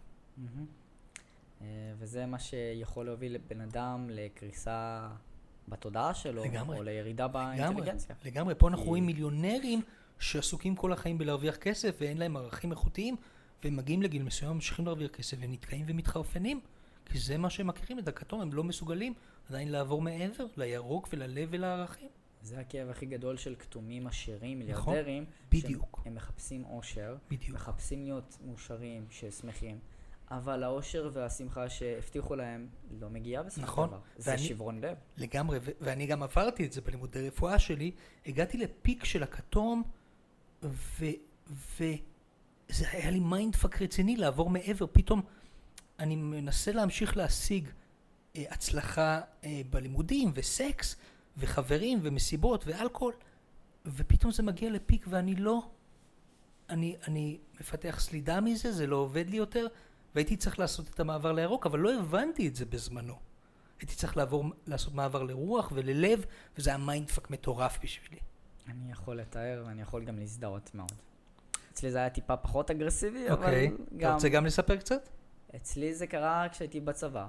Speaker 2: וזה מה שיכול להוביל בן אדם לקריסה בתודעה שלו,
Speaker 1: לגמרי.
Speaker 2: או לירידה באינטליגנציה.
Speaker 1: לגמרי, פה אנחנו רואים מיליונרים שעסוקים כל החיים בלהרוויח כסף ואין להם ערכים איכותיים, והם מגיעים לגיל מסוים, ממשיכים להרוויח כסף והם נתקעים ומתחרפנים, כי זה מה שהם מכירים, את הכתום, הם לא מסוגלים עדיין לעבור מעבר לירוק וללב ולערכים.
Speaker 2: זה הכאב הכי גדול של כתומים עשירים, מיליארדרים,
Speaker 1: בדיוק.
Speaker 2: שהם מחפשים אושר,
Speaker 1: בדיוק.
Speaker 2: מחפשים להיות מאושרים, ששמחים, אבל האושר והשמחה שהבטיחו להם לא מגיעה בסופו
Speaker 1: נכון.
Speaker 2: דבר. זה שברון לב.
Speaker 1: לגמרי, ואני גם עברתי את זה בלימודי רפואה שלי, הגעתי לפיק של הכתום, וזה היה לי מיינדפאק רציני לעבור מעבר. פתאום אני מנסה להמשיך להשיג הצלחה בלימודים וסקס וחברים ומסיבות ואלכוהול, ופתאום זה מגיע לפיק ואני לא, אני מפתח סלידה מזה, זה לא עובד לי יותר, והייתי צריך לעשות את המעבר לירוק, אבל לא הבנתי את זה בזמנו. הייתי צריך לעשות מעבר לרוח וללב, וזה היה מיינדפאק מטורף בשבילי.
Speaker 2: אני יכול לתאר ואני יכול גם להזדהות מאוד. אצלי זה היה טיפה פחות אגרסיבי, אבל
Speaker 1: אוקיי.
Speaker 2: גם...
Speaker 1: אתה רוצה גם לספר קצת?
Speaker 2: אצלי זה קרה כשהייתי בצבא,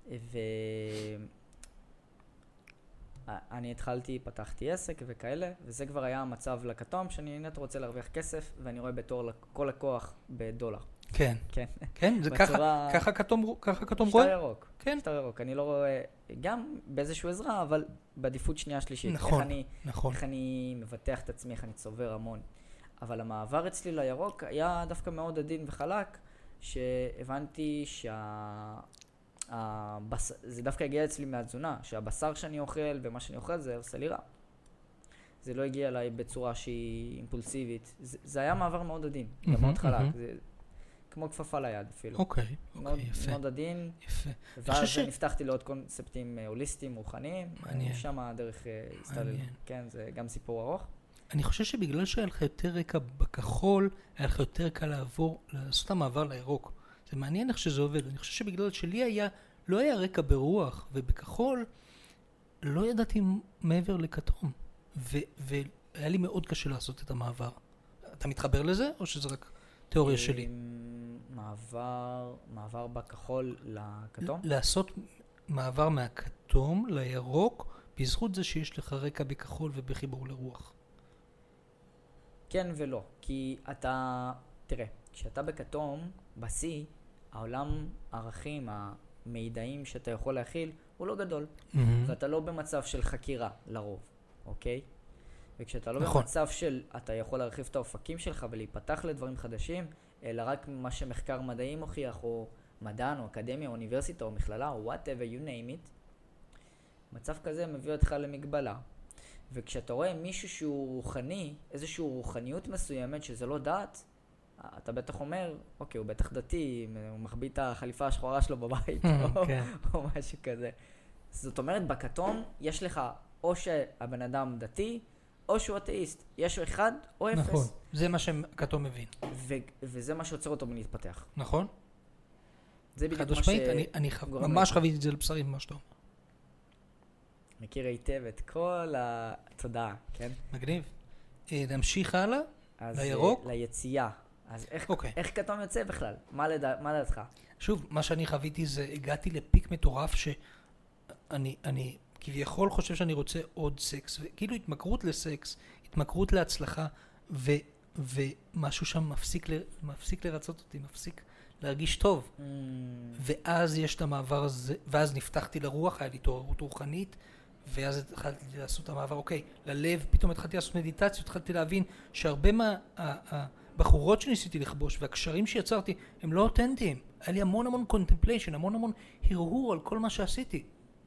Speaker 2: אני התחלתי, פתחתי עסק וכאלה, וזה כבר היה המצב לכתום, שאני נט רוצה להרוויח כסף, ואני רואה בתור כל לקוח בדולר.
Speaker 1: כן.
Speaker 2: כן.
Speaker 1: כן, זה ככה כתום רואה?
Speaker 2: שטר ירוק.
Speaker 1: כן.
Speaker 2: שטר ירוק. אני לא רואה, גם באיזשהו עזרה, אבל בעדיפות שנייה שלישית.
Speaker 1: נכון,
Speaker 2: איך אני מבטח את עצמי, איך אני צובר המון. אבל המעבר אצלי לירוק היה דווקא מאוד עדין וחלק, שהבנתי זה דווקא הגיע אצלי מהתזונה, שהבשר שאני אוכל ומה שאני אוכל זה עושה לי רע. זה לא הגיע אליי בצורה שהיא אימפולסיבית. זה היה מעבר מאוד עדין, מאוד חלק. זה כמו כפפה ליד אפילו.
Speaker 1: אוקיי, יפה.
Speaker 2: מאוד עדין.
Speaker 1: יפה.
Speaker 2: ואז נפתחתי לעוד קונספטים הוליסטיים, רוחניים.
Speaker 1: מעניין.
Speaker 2: שם הדרך הסתלל. כן, זה גם סיפור ארוך.
Speaker 1: אני חושב שבגלל שהיה לך יותר רקע בכחול, היה לך יותר קל לעשות את המעבר לירוק. זה מעניין איך שזה עובד. אני חושב שבגלל שלי לא היה רקע ברוח, ובכחול לא ידעתי מעבר לכתום. והיה לי מאוד קשה לעשות את המעבר. אתה מתחבר לזה, או שזה רק תיאוריה שלי?
Speaker 2: מעבר בכחול לכתום?
Speaker 1: לעשות מעבר מהכתום לירוק, בזכות זה שיש לך רקע בכחול ובחיבור לרוח.
Speaker 2: כן ולא, כי תראה, כשאתה בכתום, בסי, העולם ערכים, המידעים שאתה יכול להכיל, הוא לא גדול. ואתה לא במצב של חקירה, לרוב, אוקיי? וכשאתה לא במצב של, אתה יכול להרחיב את האופקים שלך ולהיפתח לדברים חדשים, אלא רק מה שמחקר מדעי מוכיח, או מדען, או אקדמיה, או אוניברסיטה, או מכללה, או whatever, you name it. מצב כזה מביא אותך למגבלה. וכשאתה רואה מישהו שהוא רוחני, איזושהי רוחניות מסוימת שזה לא דעת, אתה בטח אומר, אוקיי, הוא בטח דתי, הוא מחביא את החליפה השחורה שלו בבית, או משהו כזה. זאת אומרת, בכתום יש לך או שהבן אדם דתי, או שהוא אתאיסט. יש אחד או אפס.
Speaker 1: נכון, זה מה שהכתום מבין.
Speaker 2: וזה מה שיוצר אותו מלהתפתח.
Speaker 1: נכון.
Speaker 2: זה בדיוק
Speaker 1: מה אני ממש חוויתי את זה לבשרי ממש טוב.
Speaker 2: מכיר היטב את כל התודעה, כן?
Speaker 1: מגניב. נמשיך הלאה? לירוק?
Speaker 2: ליציאה. אז איך כתום יוצא בכלל? מה לדעתך?
Speaker 1: שוב, מה שאני חוויתי זה, הגעתי לפיק מטורף שאני כביכול חושב שאני רוצה עוד סקס, וכאילו התמכרות לסקס, התמכרות להצלחה, ומשהו שם מפסיק לרצות אותי, מפסיק להרגיש טוב. ואז יש את המעבר הזה, ואז נפתחתי לרוח, היה לי תעוררות רוחנית, ואז התחלתי לעשות את המעבר, אוקיי, ללב, פתאום התחלתי לעשות מדיטציות, התחלתי להבין שהרבה מהבחורות שניסיתי לכבוש, והקשרים שיצרתי, הם לא אותנטיים. היה לי המון קונטמפליישן, המון הרהור על כל מה שעשיתי.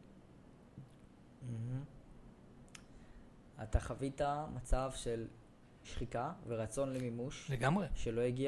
Speaker 2: אתה חווית מצב של שחיקה ורצון למימוש.
Speaker 1: לגמרי.
Speaker 2: שלא הגיע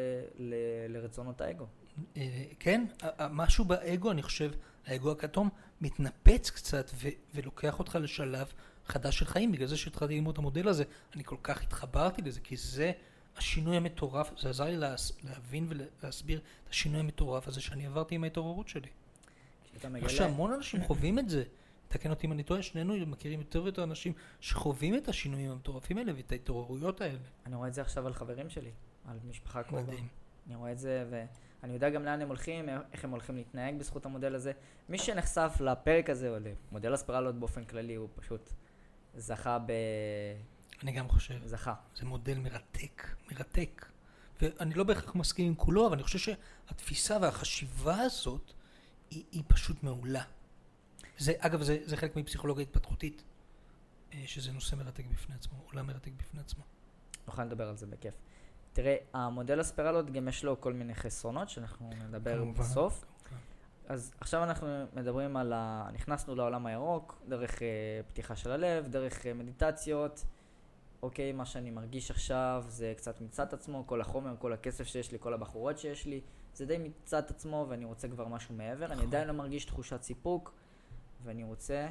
Speaker 2: לרצונות האגו.
Speaker 1: כן, משהו באגו, אני חושב, האגו הכתום מתנפץ קצת ולוקח אותך לשלב חדש של חיים. בגלל זה שהתחלתי ללמוד את המודל הזה, אני כל כך התחברתי לזה, כי זה השינוי המטורף, זה עזר לי להבין ולהסביר את השינוי המטורף הזה שאני עברתי עם ההתעוררות שלי. מה שהמון אנשים חווים את זה. תקן אותי אם אני טועה, שנינו מכירים יותר ויותר אנשים שחווים את השינויים המטורפים האלה ואת ההתעוררויות האלה.
Speaker 2: אני רואה את זה עכשיו על חברים שלי, על משפחה קרובה. אני רואה את זה ואני יודע גם לאן הם הולכים, איך הם הולכים להתנהג בזכות המודל הזה. מי שנחשף לפרק הזה או למודל הספירלות באופן כללי, הוא פשוט זכה
Speaker 1: אני גם חושב.
Speaker 2: זכה.
Speaker 1: זה מודל מרתק. ואני לא בהכרח מסכים עם כולו, אבל אני חושב שהתפיסה והחשיבה הזאת היא פשוט מעולה. אגב, זה חלק מפסיכולוגיה התפתחותית, שזה נושא מרתק בפני עצמו, עולם מרתק בפני עצמו.
Speaker 2: נוכל לדבר על זה בכיף. תראה, המודל הספירלות גם יש לו כל מיני חסרונות שאנחנו נדבר בסוף. אז עכשיו אנחנו מדברים על נכנסנו לעולם הירוק, דרך פתיחה של הלב, דרך מדיטציות. אוקיי, מה שאני מרגיש עכשיו זה קצת מצד עצמו, כל החומר, כל הכסף שיש לי, כל הבחורות שיש לי, זה די מצד עצמו ואני רוצה כבר משהו מעבר. אני עדיין לא מרגיש תחושת סיפוק. ואני רוצה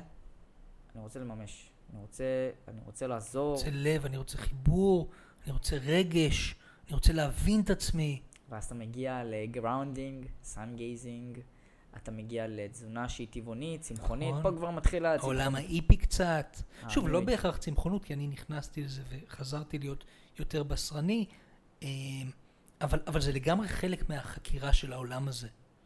Speaker 2: לממש, אני רוצה לעזור.
Speaker 1: אני רוצה לב, אני רוצה חיבור, אני רוצה רגש, אני רוצה להבין את עצמי.
Speaker 2: ואז אתה מגיע לגראונדינג, סן גייזינג, אתה מגיע לתזונה שהיא טבעונית, צמחונית, פה כבר מתחיל
Speaker 1: העולם האיפי קצת. שוב, לא בהכרח צמחונות, כי אני נכנסתי לזה וחזרתי להיות יותר בשרני, אבל זה לגמרי חלק מהחקירה של העולם הזה.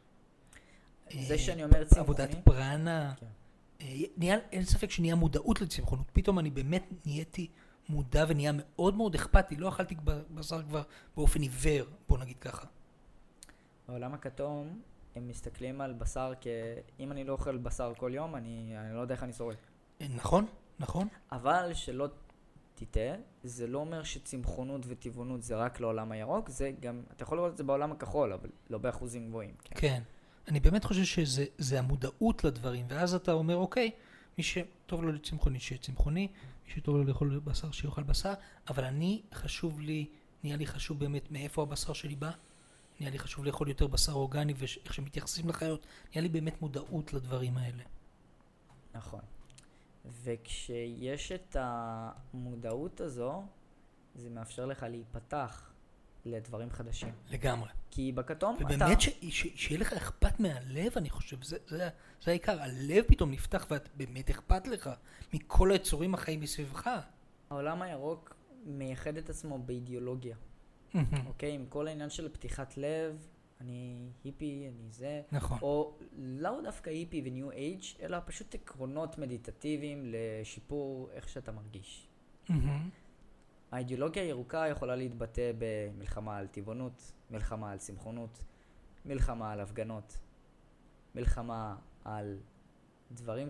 Speaker 2: זה שאני אומר צמחוני.
Speaker 1: עבודת פרנה. אין ספק שנהיה מודעות לצמחונות. פתאום אני באמת נהייתי מודע ונהיה מאוד מאוד אכפתי. לא אכלתי בשר כבר באופן עיוור, בוא נגיד ככה.
Speaker 2: בעולם הכתום הם מסתכלים על בשר אם אני לא אוכל בשר כל יום, אני לא יודע איך אני שורד.
Speaker 1: נכון.
Speaker 2: אבל שלא תטעה, זה לא אומר שצמחונות וטבעונות זה רק לעולם הירוק, זה גם, אתה יכול לראות את זה בעולם הכחול, אבל לא באחוזים גבוהים.
Speaker 1: כן. אני באמת חושב שזה המודעות לדברים, ואז אתה אומר, אוקיי, מי שטוב לו לצמחוני, שיהיה צמחוני, מי שטוב לו לאכול בשר, שיאכל בשר, אבל נהיה לי חשוב באמת מאיפה הבשר שלי בא, נהיה לי חשוב לאכול יותר בשר אורגני, ואיך שמתייחסים לחיות, נהיה לי באמת מודעות לדברים האלה.
Speaker 2: נכון. וכשיש את המודעות הזו, זה מאפשר לך להיפתח לדברים חדשים.
Speaker 1: לגמרי.
Speaker 2: כי בכתום אתה...
Speaker 1: ובאמת שיהיה לך אכפת מהלב, אני חושב, זה העיקר. הלב פתאום נפתח ואת באמת אכפת לך מכל היצורים החיים מסביבך.
Speaker 2: העולם הירוק מייחד את עצמו באידיאולוגיה. אוקיי? עם כל העניין של פתיחת לב, אני היפי, אני זה.
Speaker 1: נכון.
Speaker 2: או לא דווקא היפי וניו אייג', אלא פשוט עקרונות מדיטטיביים לשיפור איך שאתה מרגיש. האידיאולוגיה הירוקה יכולה להתבטא במלחמה על טבעונות, מלחמה על צמחונות, מלחמה על הפגנות, מלחמה על דברים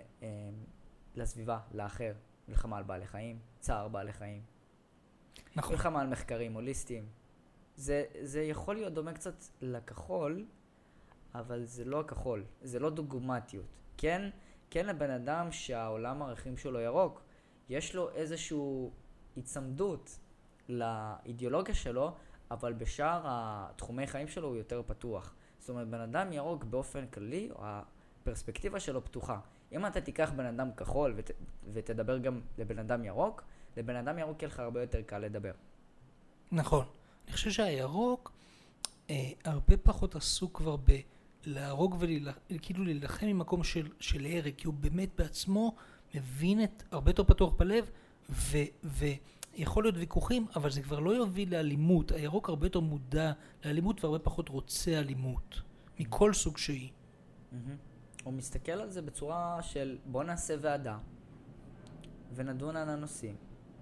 Speaker 2: לסביבה, לאחר, מלחמה על בעלי חיים, צער בעלי חיים,
Speaker 1: נכון.
Speaker 2: מלחמה על מחקרים הוליסטיים. זה יכול להיות דומה קצת לכחול, אבל זה לא הכחול, זה לא דוגמטיות. כן לבן אדם שהעולם הערכים שלו ירוק, יש לו איזשהו הצמדות לאידיאולוגיה שלו, אבל בשאר התחומי חיים שלו הוא יותר פתוח. זאת אומרת, בן אדם ירוק באופן כללי, הפרספקטיבה שלו פתוחה. אם אתה תיקח בן אדם כחול ותדבר גם לבן אדם ירוק, לבן אדם ירוק יהיה לך הרבה יותר קל לדבר.
Speaker 1: נכון. אני חושב שהירוק הרבה פחות עסוק כבר בלהרוג וכאילו להילחם ממקום של הרג, כי הוא באמת בעצמו מבין הרבה יותר פתוח בלב, ויכול להיות ויכוחים, אבל זה כבר לא יוביל לאלימות. הירוק הרבה יותר מודע לאלימות והרבה פחות רוצה אלימות, מכל סוג שהיא.
Speaker 2: הוא מסתכל על זה בצורה של בוא נעשה ועדה ונדון על הנושאים.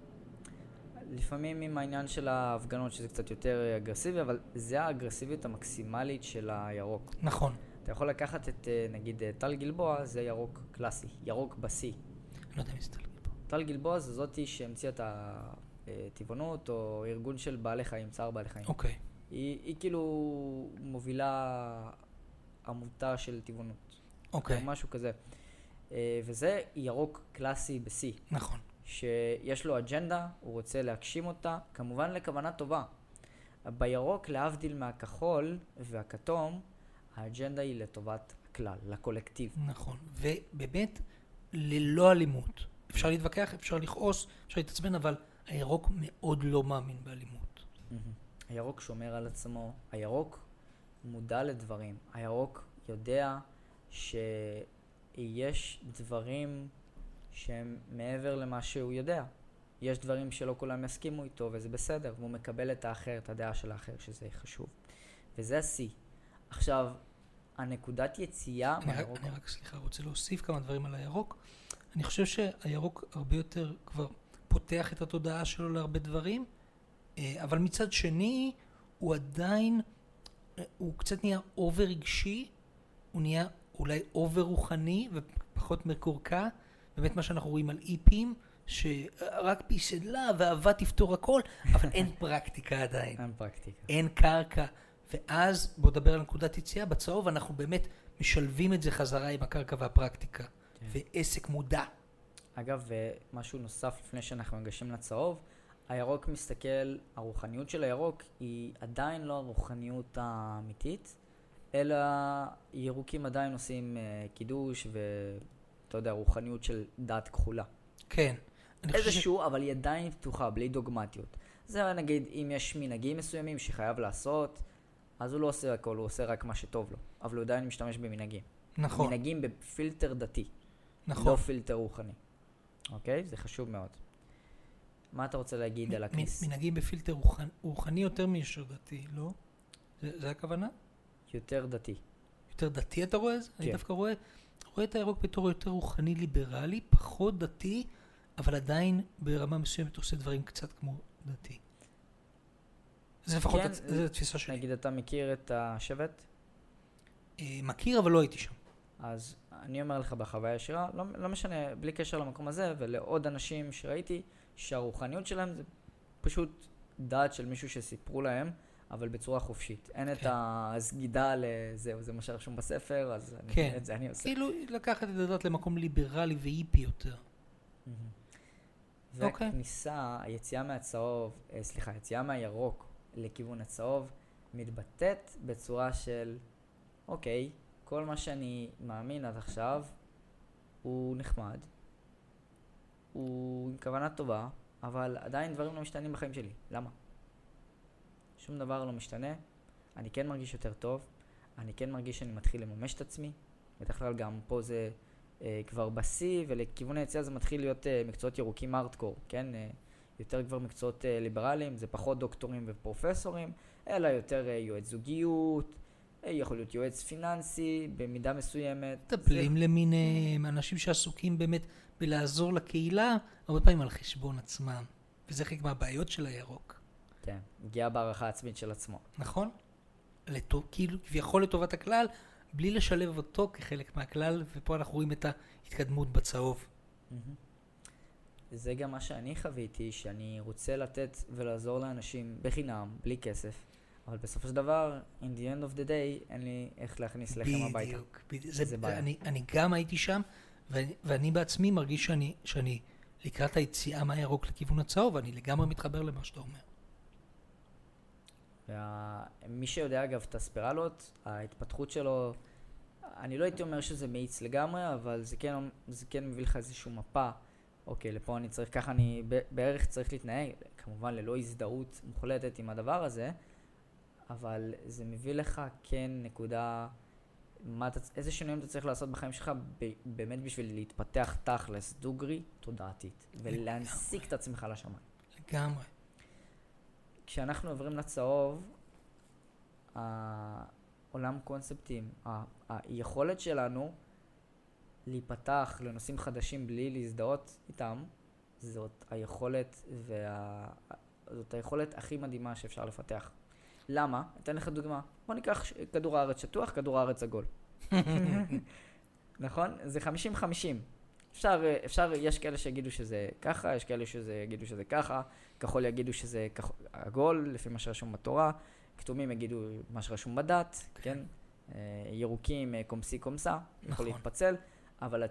Speaker 2: לפעמים עם העניין של ההפגנות שזה קצת יותר אגרסיבי, אבל זה האגרסיביות המקסימלית של הירוק.
Speaker 1: נכון.
Speaker 2: אתה יכול לקחת את, נגיד, טל גלבוע, זה ירוק קלאסי, ירוק בסי.
Speaker 1: אני לא יודע מי זה טל גלבוע.
Speaker 2: טל גלבוע זו זאתי שהמציאה את הטבעונות או ארגון של בעלי חיים, צער בעלי חיים.
Speaker 1: אוקיי.
Speaker 2: היא כאילו מובילה עמותה של טבעונות.
Speaker 1: אוקיי.
Speaker 2: משהו כזה. וזה ירוק קלאסי בסי.
Speaker 1: נכון.
Speaker 2: שיש לו אג'נדה, הוא רוצה להגשים אותה, כמובן לכוונה טובה. בירוק, להבדיל מהכחול והכתום, האג'נדה היא לטובת הכלל, לקולקטיב.
Speaker 1: נכון, ובאמת ללא אלימות. אפשר להתווכח, אפשר לכעוס, אפשר להתעצבן, אבל הירוק מאוד לא מאמין באלימות.
Speaker 2: הירוק שומר על עצמו, הירוק מודע לדברים, הירוק יודע שיש דברים שהם מעבר למה שהוא יודע. יש דברים שלא כולם יסכימו איתו, וזה בסדר, והוא מקבל את האחר, את הדעה של האחר, שזה חשוב. וזה השיא. עכשיו, הנקודת יציאה מהירוק...
Speaker 1: אני רק, סליחה, רוצה להוסיף כמה דברים על הירוק. אני חושב שהירוק הרבה יותר כבר פותח את התודעה שלו להרבה דברים, אבל מצד שני, הוא עדיין, הוא קצת נהיה אובר רגשי, הוא נהיה אולי אובר רוחני ופחות מקורקע, באמת מה שאנחנו רואים על איפים, שרק פיסלה ואהבה תפתור הכל, אבל אין פרקטיקה עדיין.
Speaker 2: אין פרקטיקה.
Speaker 1: אין קרקע. ואז בוא נדבר על נקודת יציאה, בצהוב אנחנו באמת משלבים את זה חזרה עם הקרקע והפרקטיקה. כן. ועסק מודע.
Speaker 2: אגב, משהו נוסף לפני שאנחנו מגשים לצהוב, הירוק מסתכל, הרוחניות של הירוק היא עדיין לא הרוחניות האמיתית, אלא ירוקים עדיין עושים קידוש ואתה יודע, רוחניות של דת כחולה.
Speaker 1: כן.
Speaker 2: איזשהו, אבל היא עדיין פתוחה, בלי דוגמטיות. זה נגיד, אם יש מנהגים מסוימים שחייב לעשות, אז הוא לא עושה הכל, הוא עושה רק מה שטוב לו. אבל הוא עדיין משתמש במנהגים. נכון. מנהגים בפילטר דתי. נכון. לא פילטר רוחני. אוקיי? זה חשוב מאוד. מה אתה רוצה להגיד על הכניס?
Speaker 1: מנהגים בפילטר רוחני יותר מישר דתי, לא? זה הכוונה?
Speaker 2: יותר דתי.
Speaker 1: יותר דתי אתה רואה את זה?
Speaker 2: כן.
Speaker 1: אני דווקא רואה את הירוק בתור יותר רוחני ליברלי, פחות דתי, אבל עדיין ברמה מסוימת עושה דברים קצת כמו דתי. זה לפחות,
Speaker 2: כן,
Speaker 1: זה התפיסה שלי.
Speaker 2: נגיד, אתה מכיר את השבט?
Speaker 1: מכיר, אבל לא הייתי שם.
Speaker 2: אז אני אומר לך בחוויה ישירה, לא משנה, בלי קשר למקום הזה, ולעוד אנשים שראיתי, שהרוחניות שלהם זה פשוט דעת של מישהו שסיפרו להם, אבל בצורה חופשית. אין את הסגידה לזהו, זה מה שרשום בספר, אז את זה אני עושה.
Speaker 1: כאילו לקחת את הדת למקום ליברלי ואיפי יותר.
Speaker 2: והכניסה, היציאה מהצהוב, היציאה מהירוק לכיוון הצהוב, מתבטאת בצורה של, אוקיי, כל מה שאני מאמין עד עכשיו הוא נחמד, הוא עם כוונה טובה, אבל עדיין דברים לא משתנים בחיים שלי. למה? שום דבר לא משתנה, אני כן מרגיש יותר טוב, אני כן מרגיש שאני מתחיל לממש את עצמי, בדרך כלל גם פה זה כבר בשיא, ולכיוון היציאה זה מתחיל להיות מקצועות ירוקים ארטקור, כן? יותר כבר מקצועות ליברליים, זה פחות דוקטורים ופרופסורים, אלא יותר יועץ זוגיות, יכול להיות יועץ פיננסי במידה מסוימת.
Speaker 1: טפלים למיניהם, אנשים שעסוקים באמת בלעזור לקהילה, הרבה פעמים על חשבון עצמם, וזה חלק מהבעיות של הירוק.
Speaker 2: כן, הגיעה בערכה עצמית של עצמו.
Speaker 1: נכון? כאילו, כביכול לטובת הכלל, בלי לשלב אותו כחלק מהכלל, ופה אנחנו רואים את ההתקדמות בצהוב.
Speaker 2: זה גם מה שאני חוויתי, שאני רוצה לתת ולעזור לאנשים בחינם, בלי כסף, אבל בסופו של דבר, in the end of the day, אין לי איך להכניס לחם הביתה.
Speaker 1: בדיוק. אני גם הייתי שם, ואני בעצמי מרגיש שאני לקראת היציאה מהירוק לכיוון הצהוב, ואני לגמרי מתחבר למה שאתה אומר.
Speaker 2: מי שיודע אגב את הספירלות, ההתפתחות שלו, אני לא הייתי אומר שזה מאיץ לגמרי, אבל זה כן מביא לך איזושהי מפה. אוקיי, לפה אני צריך, ככה אני בערך צריך להתנהג, כמובן ללא הזדהות מוחלטת עם הדבר הזה, אבל זה מביא לך כן נקודה, איזה שינויים אתה צריך לעשות בחיים שלך באמת בשביל להתפתח תכלס, דוגרי, תודעתית, ולהנסיק את עצמך לשמיים.
Speaker 1: לגמרי.
Speaker 2: כשאנחנו עוברים לצהוב, העולם קונספטים, היכולת שלנו להיפתח לנושאים חדשים בלי להזדהות איתם, זאת היכולת הכי מדהימה שאפשר לפתח. למה? אתן לך דוגמה. בוא ניקח כדור הארץ שטוח, כדור הארץ עגול. נכון? זה 50-50. יש כאלה שיגידו שזה ככה, יש כאלה שיגידו שזה ככה, כחול יגידו שזה עגול, לפי מה שרשום בתורה, כתומים יגידו מה שרשום בדת, כן? ירוקים, קומסי קומסה, יכול להתפצל, אבל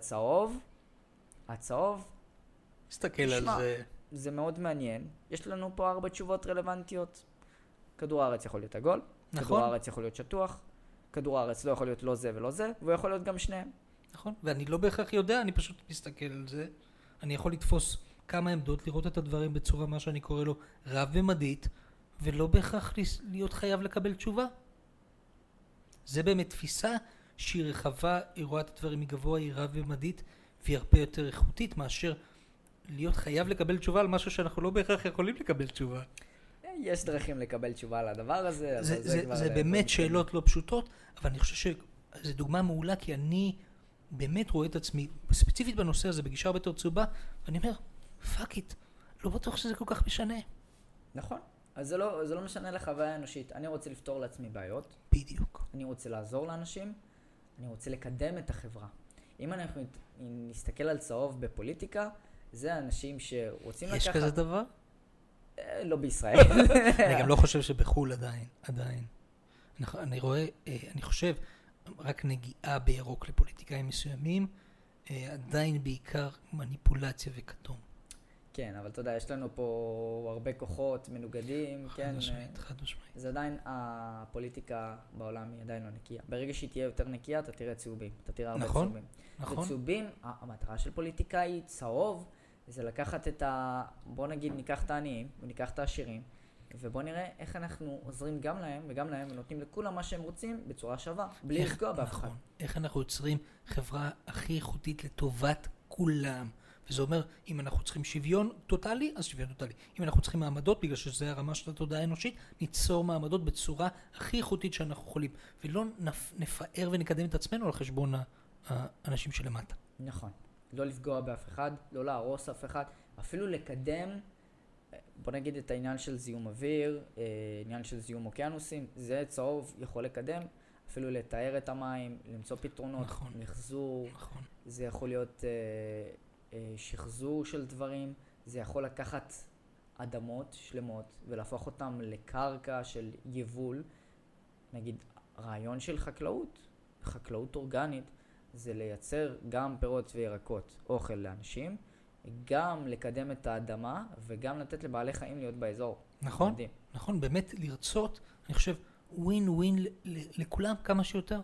Speaker 2: הצהוב,
Speaker 1: מסתכל על זה.
Speaker 2: זה מאוד מעניין. יש לנו פה 4 תשובות רלוונטיות. כדור הארץ יכול להיות עגול, כדור הארץ יכול להיות שטוח, כדור הארץ לא יכול להיות לא זה ולא זה, והוא יכול להיות גם שניהם.
Speaker 1: נכון, ואני לא בהכרח יודע, אני פשוט מסתכל על זה. אני יכול לתפוס כמה עמדות, לראות את הדברים בצורה מה שאני קורא לו רב ומדית, ולא בהכרח להיות חייב לקבל תשובה. זה באמת תפיסה שהיא רחבה, היא רואה את הדברים מגבוה, היא רב ומדית, והיא הרבה יותר איכותית מאשר להיות חייב לקבל תשובה על משהו שאנחנו לא בהכרח יכולים לקבל תשובה.
Speaker 2: יש דרכים לקבל תשובה על הדבר הזה, אבל זה כבר...
Speaker 1: זה באמת שאלות לא פשוטות, אבל אני חושב שזו דוגמה מעולה, כי אני באמת רואה את עצמי, ספציפית בנושא הזה, בגישה הרבה יותר צהובה, ואני אומר, פאק איט, לא בטוח שזה כל כך משנה.
Speaker 2: נכון. אז זה לא משנה לחוויה האנושית. אני רוצה לפתור לעצמי בעיות.
Speaker 1: בדיוק.
Speaker 2: אני רוצה לעזור לאנשים. אני רוצה לקדם את החברה. אם אנחנו נסתכל על צהוב בפוליטיקה, זה אנשים שרוצים לקחת...
Speaker 1: יש כזה דבר?
Speaker 2: לא בישראל.
Speaker 1: אני גם לא חושב שבחול עדיין. אני חושב, רק נגיעה בירוק לפוליטיקאים מסוימים, עדיין בעיקר מניפולציה וכתום.
Speaker 2: כן, אבל אתה יודע, יש לנו פה הרבה כוחות מנוגדים, כן?
Speaker 1: חד משמעית.
Speaker 2: זה עדיין, הפוליטיקה בעולם היא עדיין לא נקייה. ברגע שהיא תהיה יותר נקייה, אתה תראה צהובים. אתה תראה הרבה צהובים.
Speaker 1: נכון.
Speaker 2: וצהובים, המטרה של פוליטיקאי צהוב, זה לקחת בוא נגיד, ניקח את העניים, וניקח את העשירים, ובוא נראה איך אנחנו עוזרים גם להם וגם להם, ונותנים לכולם מה שהם רוצים בצורה שווה, בלי לפגוע באף אחד.
Speaker 1: איך אנחנו יוצרים חברה הכי איכותית לטובת כולם. וזה אומר, אם אנחנו צריכים שוויון טוטלי, אז שוויון טוטלי. אם אנחנו צריכים מעמדות, בגלל שזה הרמה של התודעה האנושית, ניצור מעמדות בצורה הכי איכותית שאנחנו יכולים. ולא נפאר ונקדם את עצמנו על חשבון האנשים שלמטה.
Speaker 2: נכון. לא לפגוע באף אחד, לא להרוס אף אחד, אפילו לקדם, בוא נגיד את העניין של זיהום אוויר, עניין של זיהום אוקיינוסים, זה צהוב יכול לקדם, אפילו לתאר את המים, למצוא פתרונות,
Speaker 1: נכון.
Speaker 2: מחזור,
Speaker 1: נכון.
Speaker 2: זה יכול להיות שחזור של דברים, זה יכול לקחת אדמות שלמות ולהפוך אותם לקרקע של יבול. נגיד, רעיון של חקלאות אורגנית, זה לייצר גם פירות וירקות, אוכל לאנשים, גם לקדם את האדמה וגם לתת לבעלי חיים להיות באזור.
Speaker 1: נכון,
Speaker 2: מדהים.
Speaker 1: נכון, באמת לרצות, אני חושב, ווין ווין לכולם כמה שיותר.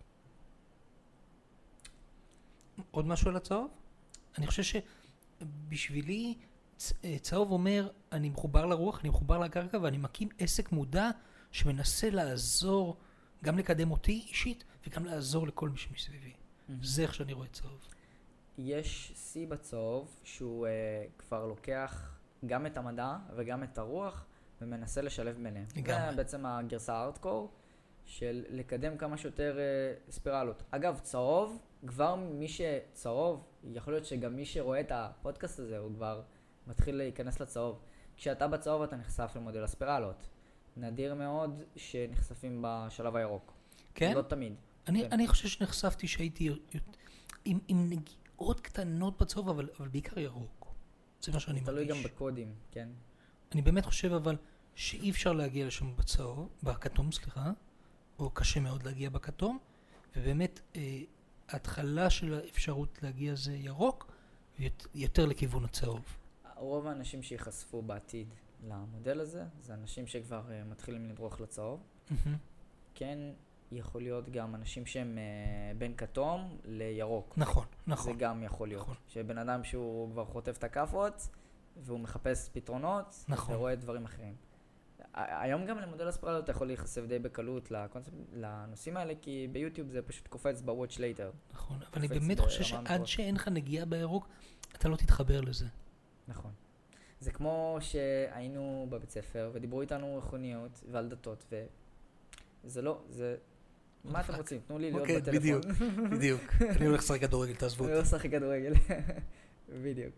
Speaker 1: עוד משהו על הצהוב? אני חושב שבשבילי צהוב אומר, אני מחובר לרוח, אני מחובר לקרקע ואני מקים עסק מודע שמנסה לעזור, גם לקדם אותי אישית וגם לעזור לכל מי שמסביבי. זה איך שאני רואה צהוב.
Speaker 2: יש שיא בצהוב שהוא כבר לוקח גם את המדע וגם את הרוח ומנסה לשלב ביניהם. זה בעצם הגרסה הארדקור של לקדם כמה שיותר ספירלות. אגב, צהוב, כבר מי שצהוב, יכול להיות שגם מי שרואה את הפודקאסט הזה הוא כבר מתחיל להיכנס לצהוב. כשאתה בצהוב אתה נחשף למודל הספירלות. נדיר מאוד שנחשפים בשלב הירוק.
Speaker 1: כן?
Speaker 2: לא תמיד.
Speaker 1: אני חושב שנחשפתי שהייתי עם נגיעות קטנות בצהוב, אבל בעיקר ירוק. זה מה שאני מרגיש.
Speaker 2: תלוי גם בקודים, כן?
Speaker 1: אני באמת חושב אבל שאי אפשר להגיע לשם בצהוב, בכתום, סליחה, או קשה מאוד להגיע בכתום, ובאמת ההתחלה של האפשרות להגיע זה ירוק, ויותר לכיוון הצהוב.
Speaker 2: רוב האנשים שיחשפו בעתיד למודל הזה, זה אנשים שכבר מתחילים לדרוך לצהוב. כן, יכול להיות גם אנשים שהם בין כתום לירוק.
Speaker 1: נכון, נכון.
Speaker 2: זה גם יכול להיות.
Speaker 1: נכון.
Speaker 2: שבן אדם שהוא כבר חוטף את הכפות, והוא מחפש פתרונות,
Speaker 1: נכון.
Speaker 2: ורואה דברים אחרים. היום גם למודל הספירלות אתה יכול להיחשף די בקלות לנושאים האלה, כי ביוטיוב זה פשוט קופץ ב-Watch Later.
Speaker 1: נכון, אבל אני באמת חושב שעד שאין לך נגיעה בירוק, אתה לא תתחבר לזה.
Speaker 2: נכון. זה כמו שהיינו בבית ספר, ודיברו איתנו רוחניות ועל דתות, וזה לא, זה... מה אתם רוצים? תנו לי להיות בטלפון.
Speaker 1: בדיוק, בדיוק. אני הולך לשחק כדורגל, תעזבו אותי.
Speaker 2: אני הולך לשחק כדורגל. בדיוק.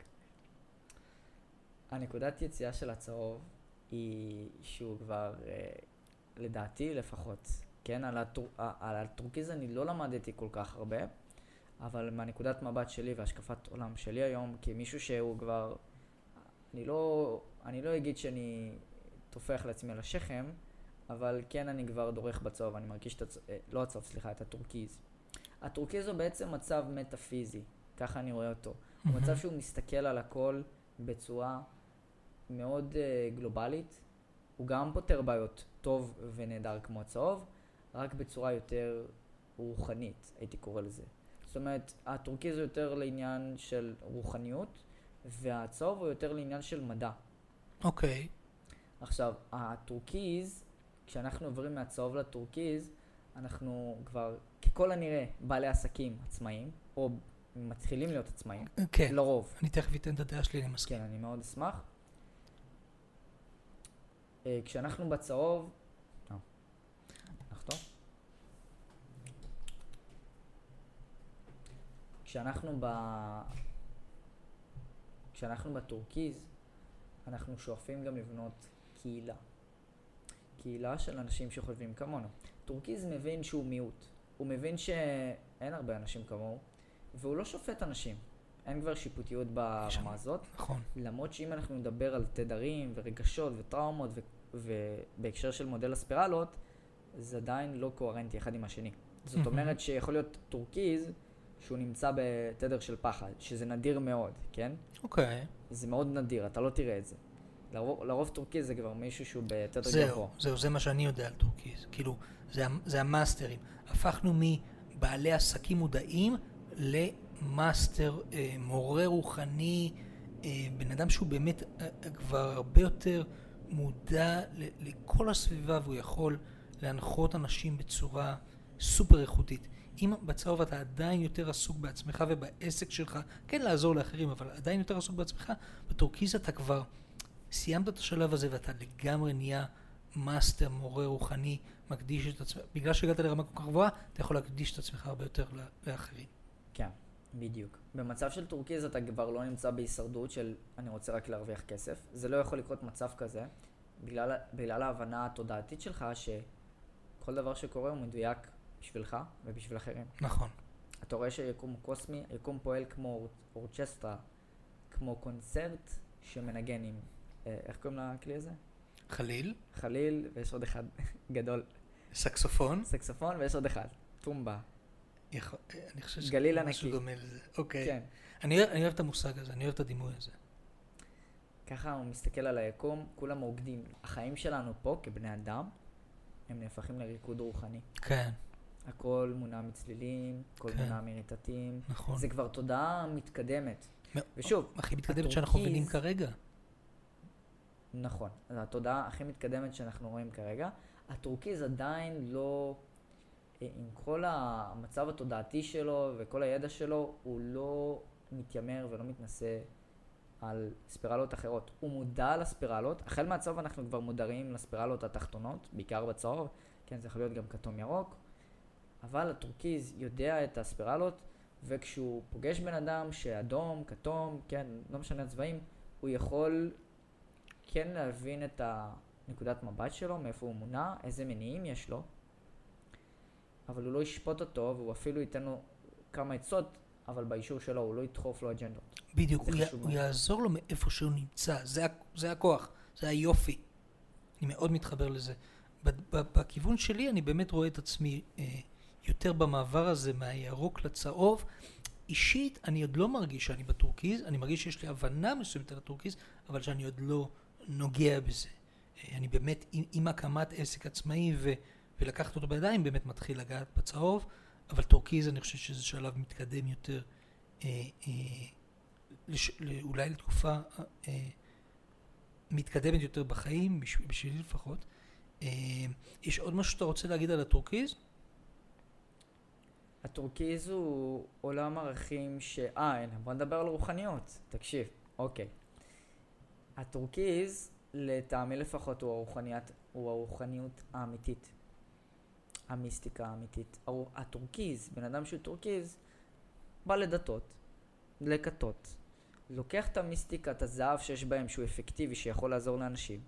Speaker 2: הנקודת יציאה של הצהוב היא שהוא כבר, לדעתי לפחות, כן? על הטורקיז אני לא למדתי כל כך הרבה, אבל מהנקודת מבט שלי והשקפת עולם שלי היום, כמישהו שהוא כבר, אני לא אגיד שאני תופח לעצמי על השכם, אבל כן אני כבר דורך בצהוב, אני מרגיש לא הצהוב, סליחה, את הטורקיז. הטורקיז הוא בעצם מצב מטאפיזי, ככה אני רואה אותו. הוא מצב שהוא מסתכל על הכל בצורה מאוד גלובלית. הוא גם פותר בעיות טוב ונהדר כמו הצהוב, רק בצורה יותר רוחנית, הייתי קורא לזה. זאת אומרת, הטורקיז הוא יותר לעניין של רוחניות, והצהוב הוא יותר לעניין של מדע.
Speaker 1: אוקיי.
Speaker 2: עכשיו, הטורקיז, כשאנחנו עוברים מהצהוב לטורקיז, אנחנו כבר, ככל הנראה, בעלי עסקים עצמאיים, או מתחילים להיות עצמאיים.
Speaker 1: כן.
Speaker 2: לרוב.
Speaker 1: אני תכף אתן את הדעה שלי, אני מסכים.
Speaker 2: כן, אני מאוד אשמח. כשאנחנו בצהוב, נחתום. כשאנחנו בטורקיז, אנחנו שואפים גם לבנות קהילה. קהילה של אנשים שחושבים כמונו. טורקיז מבין שהוא מיעוט. הוא מבין שאין הרבה אנשים כמוהו, והוא לא שופט אנשים. אין כבר שיפוטיות ברמה הזאת.
Speaker 1: נכון.
Speaker 2: למרות שאם אנחנו נדבר על תדרים ורגשות וטראומות ובהקשר של מודל הספירלות, זה עדיין לא קוהרנטי אחד עם השני. זאת אומרת שיכול להיות טורקיז שהוא נמצא בתדר של פחד, שזה נדיר מאוד, כן?
Speaker 1: אוקיי.
Speaker 2: זה מאוד נדיר, אתה לא תראה את זה. לרוב טורקיז זה כבר מישהו שהוא בתדר גבוה.
Speaker 1: זה מה שאני יודע על טורקיז. כאילו, זה המאסטרים. הפכנו מבעלי עסקים מודעים למאסטר, מורה רוחני, בן אדם שהוא באמת כבר הרבה יותר מודע לכל הסביבה, והוא יכול להנחות אנשים בצורה סופר איכותית. אם בצהוב אתה עדיין יותר עסוק בעצמך ובעסק שלך, כן לעזור לאחרים, אבל עדיין יותר עסוק בעצמך, בטורקיז אתה כבר סיימת את השלב הזה ואתה לגמרי נהיה מאסטר, מורה רוחני, מקדיש את עצמך. בגלל שהגעת לרמה כל כך גבוהה, אתה יכול להקדיש את עצמך הרבה יותר לאחרים.
Speaker 2: כן, בדיוק. במצב של טורקיז אתה כבר לא נמצא בהישרדות של אני רוצה רק להרוויח כסף. זה לא יכול לקרות מצב כזה, בגלל ההבנה התודעתית שלך שכל דבר שקורה הוא מדויק בשבילך ובשביל אחרים.
Speaker 1: נכון.
Speaker 2: אתה רואה שיקום קוסמי, יקום פועל כמו אורצ'סטרה, כמו קונצרט שמנגן עם איך קוראים לכלי הזה?
Speaker 1: חליל,
Speaker 2: חליל, ויש עוד אחד גדול.
Speaker 1: סקסופון.
Speaker 2: סקסופון, ויש עוד אחד. טומבה.
Speaker 1: אני חושב
Speaker 2: גליל
Speaker 1: משהו
Speaker 2: ענקי.
Speaker 1: דומה לזה. אוקיי.
Speaker 2: כן.
Speaker 1: אני אוהב את המושג הזה, אני אוהב את הדימוי הזה.
Speaker 2: ככה הוא מסתכל על היקום, כולם מוקדים. החיים שלנו פה, כבני אדם, הם נהפכים לריקוד רוחני.
Speaker 1: כן,
Speaker 2: הכל מונע מצלילים, הכל
Speaker 1: כן.
Speaker 2: מונע מריטטים.
Speaker 1: נכון.
Speaker 2: זה כבר תודעה מתקדמת.
Speaker 1: מאוד-
Speaker 2: ושוב,
Speaker 1: הכי מתקדמת שאנחנו
Speaker 2: הטורקיז-
Speaker 1: מבינים כרגע.
Speaker 2: נכון, זו התודעה הכי מתקדמת שאנחנו רואים כרגע. הטורקיז עדיין לא, עם כל המצב התודעתי שלו וכל הידע שלו, הוא לא מתיימר ולא מתנסה על ספירלות אחרות. הוא מודע לספירלות, החל מהצהוב אנחנו כבר מודעים לספירלות התחתונות, בעיקר בצהוב, כן, זה יכול להיות גם כתום ירוק, אבל הטורקיז יודע את הספירלות, וכשהוא פוגש בן אדם שאדום, כתום, כן, לא משנה הצבעים, הוא יכול כן להבין את הנקודת מבט שלו, מאיפה הוא מונע, איזה מניעים יש לו, אבל הוא לא ישפוט אותו, והוא אפילו ייתן לו כמה עצות, אבל באישור שלו הוא לא ידחוף לו אג'נדות.
Speaker 1: בדיוק,
Speaker 2: זה חשוב
Speaker 1: הוא
Speaker 2: מאוד.
Speaker 1: יעזור לו מאיפה שהוא נמצא, זה הכוח, זה היופי. אני מאוד מתחבר לזה. בכיוון שלי אני באמת רואה את עצמי יותר במעבר הזה מהירוק לצהוב. אישית אני עוד לא מרגיש שאני בטורקיז, אני מרגיש שיש לי הבנה מסוימת על הטורקיז, אבל שאני עוד לא נוגע בזה. אני באמת עם הקמת עסק עצמאי ולקחת אותו בידיים באמת מתחיל לגעת בצהוב, אבל טורקיז אני חושב שזה שלב מתקדם יותר, אולי לתקופה מתקדמת יותר בחיים, בשבילי לפחות. יש עוד משהו שאתה רוצה להגיד על הטורקיז?
Speaker 2: הטורקיז הוא עולם ערכים הנה, בוא נדבר על רוחניות. תקשיב, אוקיי. הטורקיז, לטעמי לפחות, הוא הרוחניות האמיתית. המיסטיקה האמיתית. הטורקיז, בן אדם שהוא טורקיז, בא לדתות, לכתות. לוקח את המיסטיקה, את הזהב שיש בהם, שהוא אפקטיבי, שיכול לעזור לאנשים,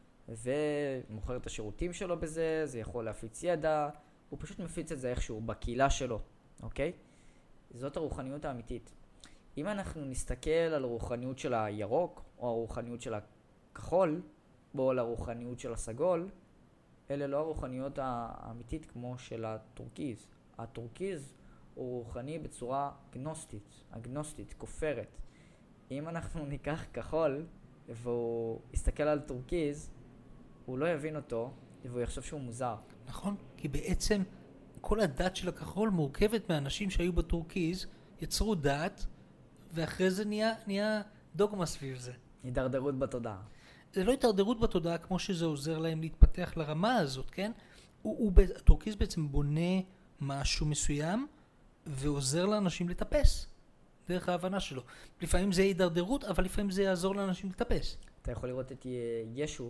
Speaker 2: ומוכר את השירותים שלו בזה, זה יכול להפיץ ידע, הוא פשוט מפיץ את זה איכשהו בקהילה שלו, אוקיי? זאת הרוחניות האמיתית. אם אנחנו נסתכל על הרוחניות של הירוק, או הרוחניות של הכחול, או על הרוחניות של הסגול, אלה לא הרוחניות האמיתית כמו של הטורקיז. הטורקיז הוא רוחני בצורה אגנוסטית, כופרת. אם אנחנו ניקח כחול, והוא יסתכל על טורקיז, הוא לא יבין אותו, והוא יחשוב שהוא מוזר.
Speaker 1: נכון, כי בעצם כל הדת של הכחול מורכבת מאנשים שהיו בטורקיז, יצרו דת, ואחרי זה נהיה דוגמה סביב זה.
Speaker 2: הידרדרות בתודעה.
Speaker 1: זה לא התדרדרות בתודעה כמו שזה עוזר להם להתפתח לרמה הזאת, כן? הטורקיז בעצם בונה משהו מסוים, ועוזר לאנשים לטפס, דרך ההבנה שלו. לפעמים זה הידרדרות, אבל לפעמים זה יעזור לאנשים לטפס.
Speaker 2: אתה יכול לראות את ישו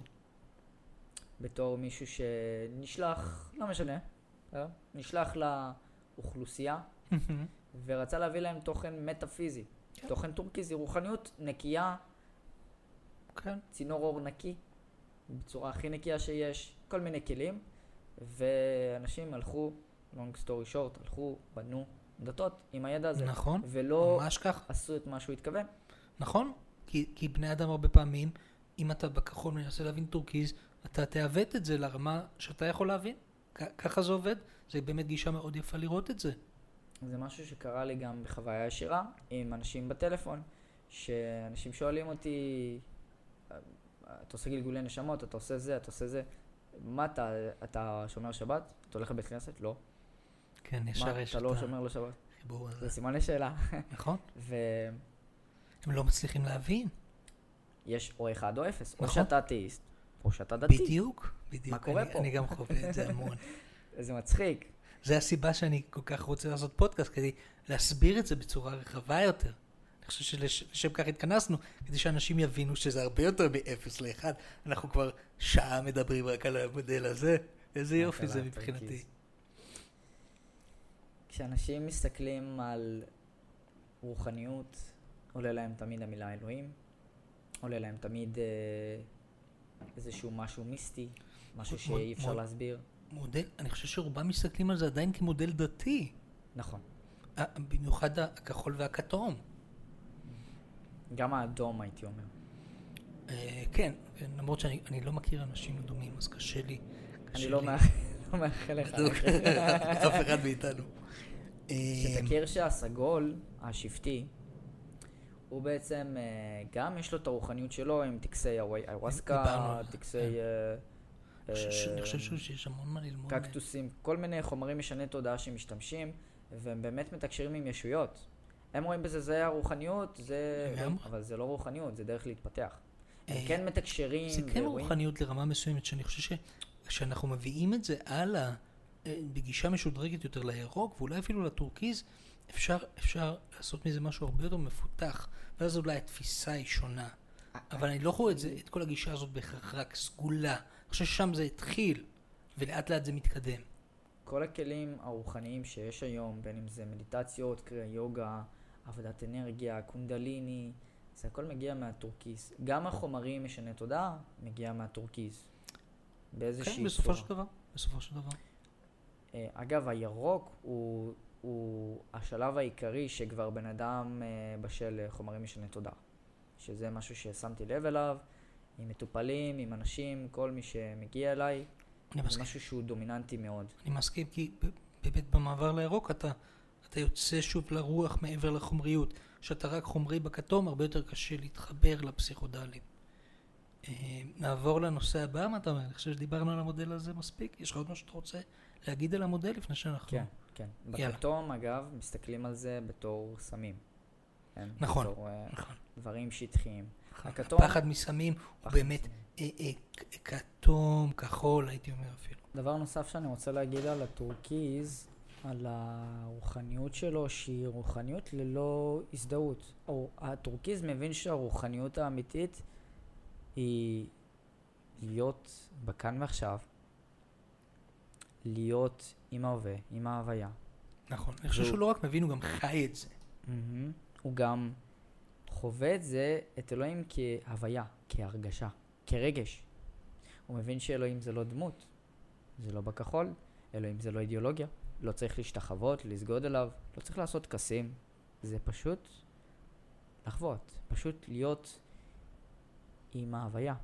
Speaker 2: בתור מישהו שנשלח, לא משנה, נשלח לאוכלוסייה, ורצה להביא להם תוכן מטאפיזי,
Speaker 1: כן.
Speaker 2: תוכן טורקיזי, רוחניות נקייה,
Speaker 1: כן.
Speaker 2: צינור אור נקי, בצורה הכי נקייה שיש, כל מיני כלים, ואנשים הלכו, long story short, הלכו, בנו דתות עם הידע הזה.
Speaker 1: נכון,
Speaker 2: ולא
Speaker 1: ממש כך.
Speaker 2: עשו את מה שהוא התכוון.
Speaker 1: נכון, כי בני אדם הרבה פעמים, אם אתה בכחול מנסה להבין טורקיז, אתה תעוות את זה לרמה שאתה יכול להבין. ככה זה עובד, זה באמת גישה מאוד יפה לראות את זה.
Speaker 2: זה משהו שקרה לי גם בחוויה ישירה עם אנשים בטלפון, שאנשים שואלים אותי, אתה עושה גלגולי נשמות, אתה עושה זה, אתה עושה זה, מה אתה שומר שבת? אתה הולך לבית כנסת? לא.
Speaker 1: כן, ישר יש
Speaker 2: אתה לא שומר לשבת?
Speaker 1: חיבור הזה.
Speaker 2: זה סימן לשאלה.
Speaker 1: נכון?
Speaker 2: ויש
Speaker 1: הם לא מצליחים להבין.
Speaker 2: או אחד או אפס, או
Speaker 1: נכון.
Speaker 2: שאתה אתאיסט, או שאתה דתי.
Speaker 1: בדיוק.
Speaker 2: מה קורה פה?
Speaker 1: אני גם חווה את זה המון.
Speaker 2: זה מצחיק.
Speaker 1: זה הסיבה שאני כל כך רוצה לעשות פודקאסט, כדי להסביר את זה בצורה רחבה יותר. אני חושב שלשם כך התכנסנו, כדי שאנשים יבינו שזה הרבה יותר מ-0 ל-1. אנחנו כבר שעה מדברים רק על המודל הזה. איזה יופי זה מבחינתי.
Speaker 2: כשאנשים מסתכלים על רוחניות, עולה להם תמיד המילה אלוהים, עולה להם תמיד איזשהו משהו מיסטי, משהו שאי אפשר להסביר.
Speaker 1: מודל, אני חושב שרובם מסתכלים על זה עדיין כמודל דתי.
Speaker 2: נכון.
Speaker 1: במיוחד הכחול והכתום.
Speaker 2: גם האדום הייתי אומר.
Speaker 1: כן, למרות שאני לא מכיר אנשים אדומים, אז קשה לי.
Speaker 2: אני לא מאחל לך.
Speaker 1: אף אחד מאיתנו.
Speaker 2: שתכיר שהסגול, השבטי, הוא בעצם, גם יש לו את הרוחניות שלו עם טקסי איוואסקה, טקסי
Speaker 1: אני חושב שיש המון מה ללמוד.
Speaker 2: קקטוסים, כל מיני חומרים משני תודעה שמשתמשים, והם באמת מתקשרים עם ישויות. הם רואים בזה, זה הרוחניות, אבל זה לא רוחניות, זה דרך להתפתח. הם כן מתקשרים.
Speaker 1: זה כן רוחניות לרמה מסוימת, שאני חושב שכשאנחנו מביאים את זה הלאה, בגישה משודרגת יותר לירוק, ואולי אפילו לטורקיז, אפשר לעשות מזה משהו הרבה יותר מפותח, ואז אולי התפיסה היא שונה. אבל אני לא רואה את כל הגישה הזאת בהכרח רק סגולה. אני חושב ששם זה התחיל, ולאט לאט זה מתקדם.
Speaker 2: כל הכלים הרוחניים שיש היום, בין אם זה מדיטציות, קריאה יוגה, עבודת אנרגיה, קונדליני, זה הכל מגיע מהטורקיז. גם החומרים משנה תודעה מגיע מהטורקיז. באיזושהי
Speaker 1: כן, בסופו של דבר.
Speaker 2: אגב, הירוק הוא השלב העיקרי שכבר בן אדם בשל חומרים משנה תודעה. שזה משהו ששמתי לב אליו, עם מטופלים, עם אנשים, כל מי שמגיע אליי. זה משהו שהוא דומיננטי מאוד.
Speaker 1: אני מסכים, כי באמת במעבר לירוק אתה יוצא שוב לרוח מעבר לחומריות. כשאתה רק חומרי בכתום, הרבה יותר קשה להתחבר לפסיכודלים. נעבור לנושא הבא, מה אתה אומר? אני חושב שדיברנו על המודל הזה מספיק. יש לך עוד מה שאתה רוצה להגיד על המודל לפני שאנחנו...
Speaker 2: כן. בכתום, אגב, מסתכלים על זה בתור סמים.
Speaker 1: נכון.
Speaker 2: בתור דברים שטחיים.
Speaker 1: הפחד מסמים הוא באמת כתום, כחול, הייתי אומר אפילו.
Speaker 2: דבר נוסף שאני רוצה להגיד על הטורקיז, על הרוחניות שלו, שהיא רוחניות ללא הזדהות. הטורקיז מבין שהרוחניות האמיתית היא להיות בכאן ועכשיו, להיות עם ההווה, עם ההוויה.
Speaker 1: נכון, אני חושב שהוא לא רק מבין, הוא גם חי את זה.
Speaker 2: הוא גם חווה את זה, את אלוהים כהוויה, כהרגשה, כרגש. הוא מבין שאלוהים זה לא דמות, זה לא בכחול, אלוהים זה לא אידיאולוגיה, לא צריך להשתחוות, לסגוד אליו, לא צריך לעשות טקסים, זה פשוט לחוות, פשוט להיות עם ההוויה,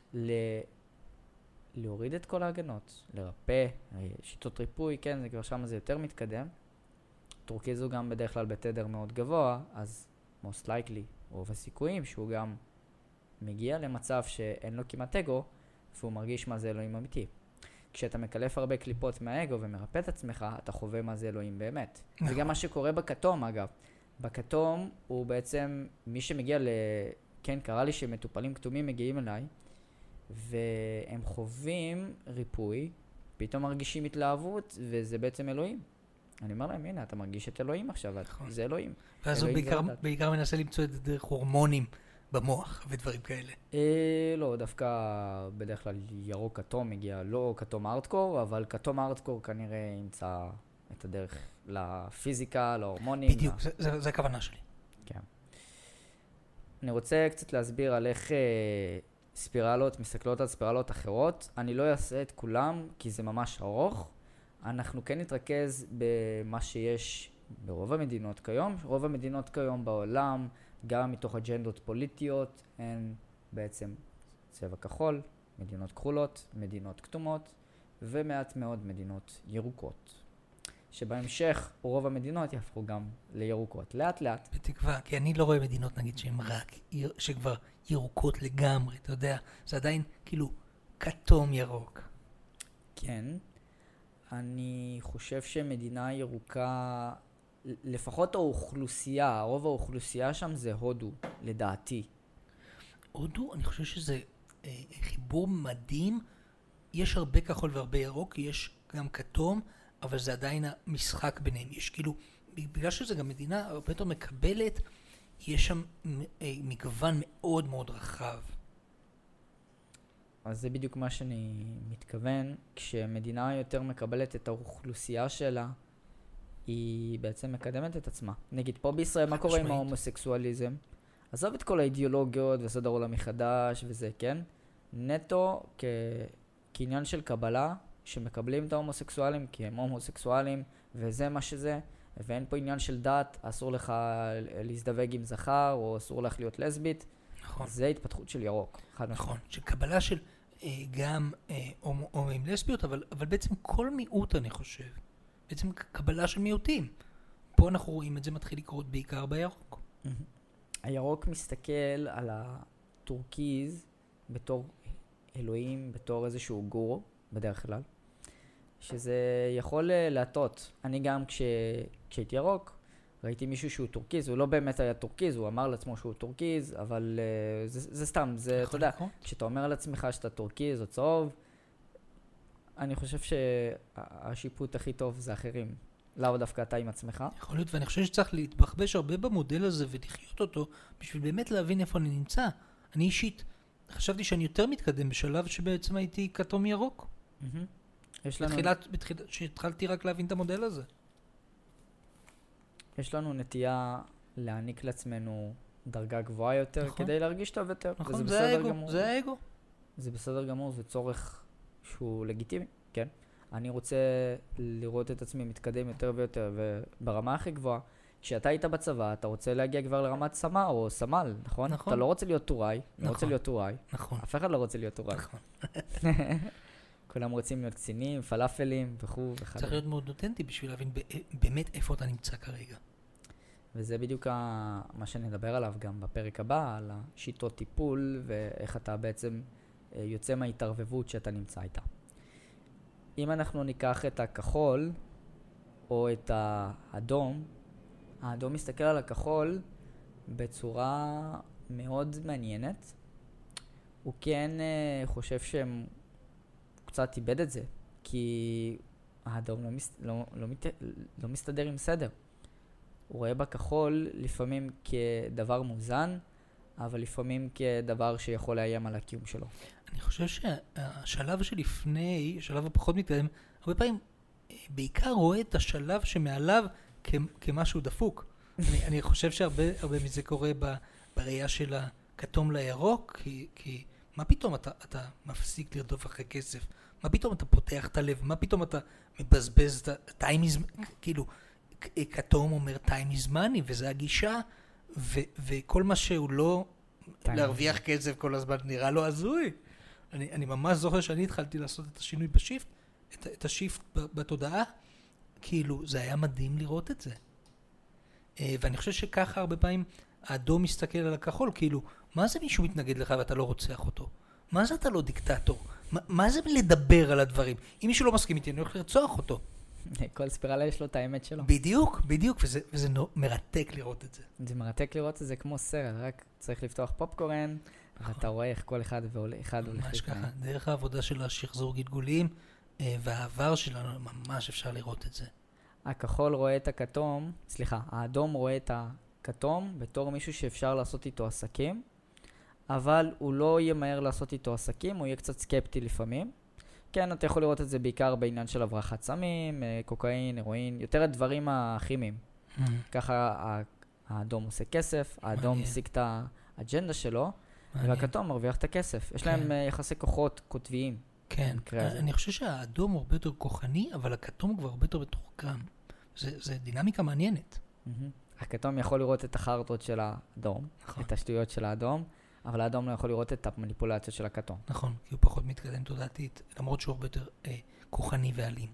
Speaker 2: להוריד את כל ההגנות, לרפא, שיטות ריפוי, כן, זה כבר שם זה יותר מתקדם. טורקיז הוא גם בדרך כלל בתדר מאוד גבוה, אז most likely, רוב הסיכויים שהוא גם מגיע למצב שאין לו כמעט אגו, והוא מרגיש מה זה אלוהים אמיתי. כשאתה מקלף הרבה קליפות מהאגו ומרפא את עצמך, אתה חווה מה זה אלוהים באמת. זה גם מה שקורה בכתום, אגב. בכתום הוא בעצם, מי שמגיע כן, קרה לי שמטופלים כתומים מגיעים אליי, והם חווים ריפוי, פתאום מרגישים התלהבות, וזה בעצם אלוהים. אני אומר להם, הנה, אתה מרגיש את אלוהים עכשיו, זה אלוהים.
Speaker 1: ואז הוא בעיקר מנסה למצוא את זה דרך הורמונים במוח ודברים כאלה.
Speaker 2: לא, דווקא בדרך כלל ירוק כתום מגיע, לא כתום ארטקור, אבל כתום ארטקור כנראה ימצא את הדרך לפיזיקה, להורמונים.
Speaker 1: בדיוק, זה הכוונה שלי.
Speaker 2: כן. אני רוצה קצת להסביר על איך ספירלות מסתכלות על ספירלות אחרות. אני לא אעשה את כולם, כי זה ממש ארוך. אנחנו כן נתרכז במה שיש ברוב המדינות כיום. רוב המדינות כיום בעולם, גם מתוך אג'נדות פוליטיות, הן בעצם צבע כחול, מדינות כחולות, מדינות כתומות, ומעט מאוד מדינות ירוקות. שבהמשך רוב המדינות יהפכו גם לירוקות. לאט לאט.
Speaker 1: בתקווה, כי אני לא רואה מדינות נגיד שהן רק, שכבר ירוקות לגמרי, אתה יודע, זה עדיין כאילו כתום ירוק.
Speaker 2: כן. אני חושב שמדינה ירוקה, לפחות האוכלוסייה, רוב האוכלוסייה שם זה הודו, לדעתי.
Speaker 1: הודו, אני חושב שזה חיבור מדהים. יש הרבה כחול והרבה ירוק, יש גם כתום, אבל זה עדיין המשחק ביניהם. יש כאילו, בגלל שזה גם מדינה הרבה יותר מקבלת, יש שם מגוון מאוד מאוד רחב.
Speaker 2: אז זה בדיוק מה שאני מתכוון. כשמדינה יותר מקבלת את האוכלוסייה שלה, היא בעצם מקדמת את עצמה. נגיד פה בישראל, מה קורה עם ההומוסקסואליזם? עזוב את כל האידיאולוגיות וסדר עולם מחדש וזה, כן? נטו כעניין של קבלה, שמקבלים את ההומוסקסואלים כי הם הומוסקסואלים, וזה מה שזה, ואין פה עניין של דת, אסור לך להזדווג עם זכר, או אסור לך להיות לסבית.
Speaker 1: נכון.
Speaker 2: זה התפתחות של ירוק, חד משמעית.
Speaker 1: נכון, שקבלה של גם הומואים לסביות, אבל בעצם כל מיעוט אני חושב, בעצם קבלה של מיעוטים. פה אנחנו רואים את זה מתחיל לקרות בעיקר בירוק.
Speaker 2: הירוק מסתכל על הטורקיז בתור אלוהים, בתור איזשהו גורו, בדרך כלל, שזה יכול להטות. אני גם כשהייתי ירוק, ראיתי מישהו שהוא טורקיז, הוא לא באמת היה טורקיז, הוא אמר לעצמו שהוא טורקיז, אבל זה סתם, זה, אתה יודע, כשאתה אומר על עצמך שאתה טורקיז או צהוב, אני חושב שהשיפוט הכי טוב זה אחרים. לאו דווקא אתה עם עצמך.
Speaker 1: יכול להיות, ואני חושב שצריך להתבחבש הרבה במודל הזה ולחיות אותו, בשביל באמת להבין איפה אני נמצא. אני אישית חשבתי שאני יותר מתקדם בשלב שבעצם הייתי כתום ירוק. שהתחלתי רק להבין את המודל הזה.
Speaker 2: יש לנו נטייה להעניק לעצמנו דרגה גבוהה יותר, כדי להרגיש טוב יותר.
Speaker 1: נכון, זה האגו, זה האגו.
Speaker 2: זה בסדר גמור, זה צורך שהוא לגיטימי, כן? אני רוצה לראות את עצמי מתקדם יותר ויותר, וברמה הכי גבוהה, כשאתה היית בצבא, אתה רוצה להגיע כבר לרמת סמ"ר או סמ"ל, נכון? אתה לא רוצה להיות טוראי, לא רוצה להיות טוראי.
Speaker 1: נכון.
Speaker 2: אף אחד לא רוצה להיות טוראי.
Speaker 1: נכון.
Speaker 2: כולם רוצים להיות קצינים, פלאפלים וכו' וכו'.
Speaker 1: צריך להיות מאוד אותנטי בשביל להבין באמת איפה אתה נמצא כרגע.
Speaker 2: וזה בדיוק מה שנדבר עליו גם בפרק הבא, על השיטות טיפול ואיך אתה בעצם יוצא מההתערבבות שאתה נמצא איתה. אם אנחנו ניקח את הכחול או את האדום, האדום מסתכל על הכחול בצורה מאוד מעניינת. הוא כן חושב שהם קצת איבד את זה, כי האדום לא מסתדר עם סדר. הוא רואה בכחול לפעמים כדבר מוזן, אבל לפעמים כדבר שיכול לאיים על הקיום שלו.
Speaker 1: אני חושב שהשלב שלפני, השלב הפחות מתקדם, הרבה פעמים בעיקר רואה את השלב שמעליו כמשהו דפוק. אני חושב שהרבה מזה קורה בראייה של הכתום לירוק, כי מה פתאום אתה מפסיק לרדוף אחרי כסף? מה פתאום אתה פותח את הלב? מה פתאום אתה מבזבז את time is, כאילו, כתום אומר time is money, וזה הגישה, וכל מה שהוא לא להרוויח כסף כל הזמן נראה לו הזוי. אני ממש זוכר שאני התחלתי לעשות את השינוי בשיפט, את השיפט בתודעה, כאילו זה היה מדהים לראות את זה. ואני חושב שככה הרבה פעמים האדום מסתכל על הכחול, כאילו, מה זה מישהו מתנגד לך ואתה לא רוצח אותו? מה זה אתה לא דיקטטור? מה זה לדבר על הדברים? אם מישהו לא מסכים איתי, אני הולך לרצוח אותו.
Speaker 2: כל ספירלה יש לו את האמת שלו.
Speaker 1: בדיוק, וזה מרתק לראות את זה.
Speaker 2: זה מרתק לראות את זה כמו סרט, רק צריך לפתוח פופקורן, ואתה רואה איך כל אחד הולך.
Speaker 1: ממש ככה, דרך העבודה של השחזור גלגולים, והעבר שלנו, ממש אפשר לראות את זה.
Speaker 2: הכחול רואה את הכתום, האדום רואה את הכתום בתור מישהו שאפשר לעשות איתו עסקים, אבל הוא לא יהיה מהר לעשות איתו עסקים, הוא יהיה קצת סקפטי לפעמים. כן, אתה יכול לראות את זה בעיקר בעניין של הברחת סמים, קוקאין, הרואין, יותר הדברים הכימיים. ככה האדום עושה כסף, האדום משיג את האג'נדה שלו, והכתום מרוויח את הכסף. יש להם יחסי כוחות כותביים.
Speaker 1: כן, אני חושב שהאדום הוא הרבה יותר כוחני, אבל הכתום הוא כבר הרבה יותר מתוחכם. זה דינמיקה מעניינת.
Speaker 2: הכתום יכול לראות את החרטות של האדום, את השטויות של האדום, אבל האדום לא יכול לראות את המניפולציות של הכתום.
Speaker 1: נכון, כי הוא פחות מתקדם תודעתית, למרות שהוא הרבה יותר כוחני ואלים.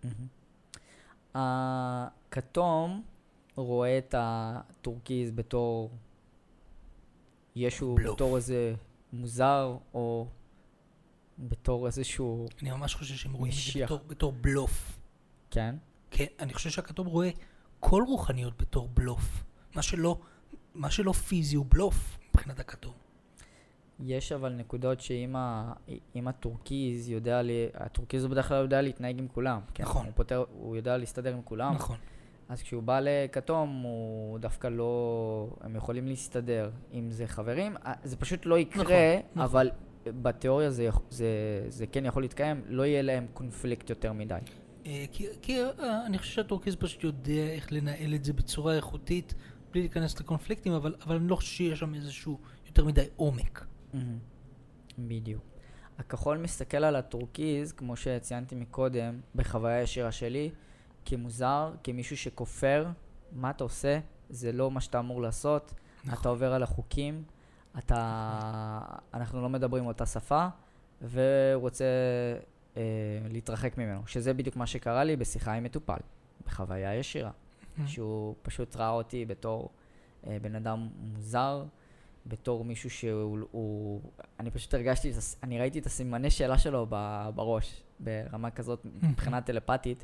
Speaker 2: הכתום רואה את הטורקיז בתור ישו, בתור איזה מוזר, או בתור איזשהו...
Speaker 1: אני ממש חושב שהם רואים את זה בתור בלוף.
Speaker 2: כן?
Speaker 1: כן, אני חושב שהכתום רואה כל רוחניות בתור בלוף. מה שלא פיזי הוא בלוף מבחינת הכתום.
Speaker 2: יש אבל נקודות שאם הטורקיז יודע, הטורקיז הוא בדרך כלל יודע להתנהג עם כולם.
Speaker 1: נכון.
Speaker 2: הוא יודע להסתדר עם כולם.
Speaker 1: נכון.
Speaker 2: אז כשהוא בא לכתום, הוא דווקא לא... הם יכולים להסתדר אם זה חברים. זה פשוט לא יקרה, נכון. אבל בתיאוריה זה כן יכול להתקיים, לא יהיה להם קונפליקט יותר מדי.
Speaker 1: כי אני חושב שהטורקיז פשוט יודע איך לנהל את זה בצורה איכותית, בלי להיכנס לקונפליקטים, אבל אני לא חושב שיש שם איזשהו יותר מדי עומק.
Speaker 2: בדיוק. הכחול מסתכל על הטורקיז, כמו שציינתי מקודם, בחוויה ישירה שלי, כמוזר, כמישהו שכופר, מה אתה עושה? זה לא מה שאתה אמור לעשות, אתה עובר על החוקים, אנחנו לא מדברים אותה שפה, והוא רוצה להתרחק ממנו. שזה בדיוק מה שקרה לי בשיחה עם מטופל, בחוויה ישירה. שהוא פשוט ראה אותי בתור בן אדם מוזר, בתור מישהו אני פשוט הרגשתי, אני ראיתי את הסימני שאלה שלו בראש, ברמה כזאת מבחינה טלפתית,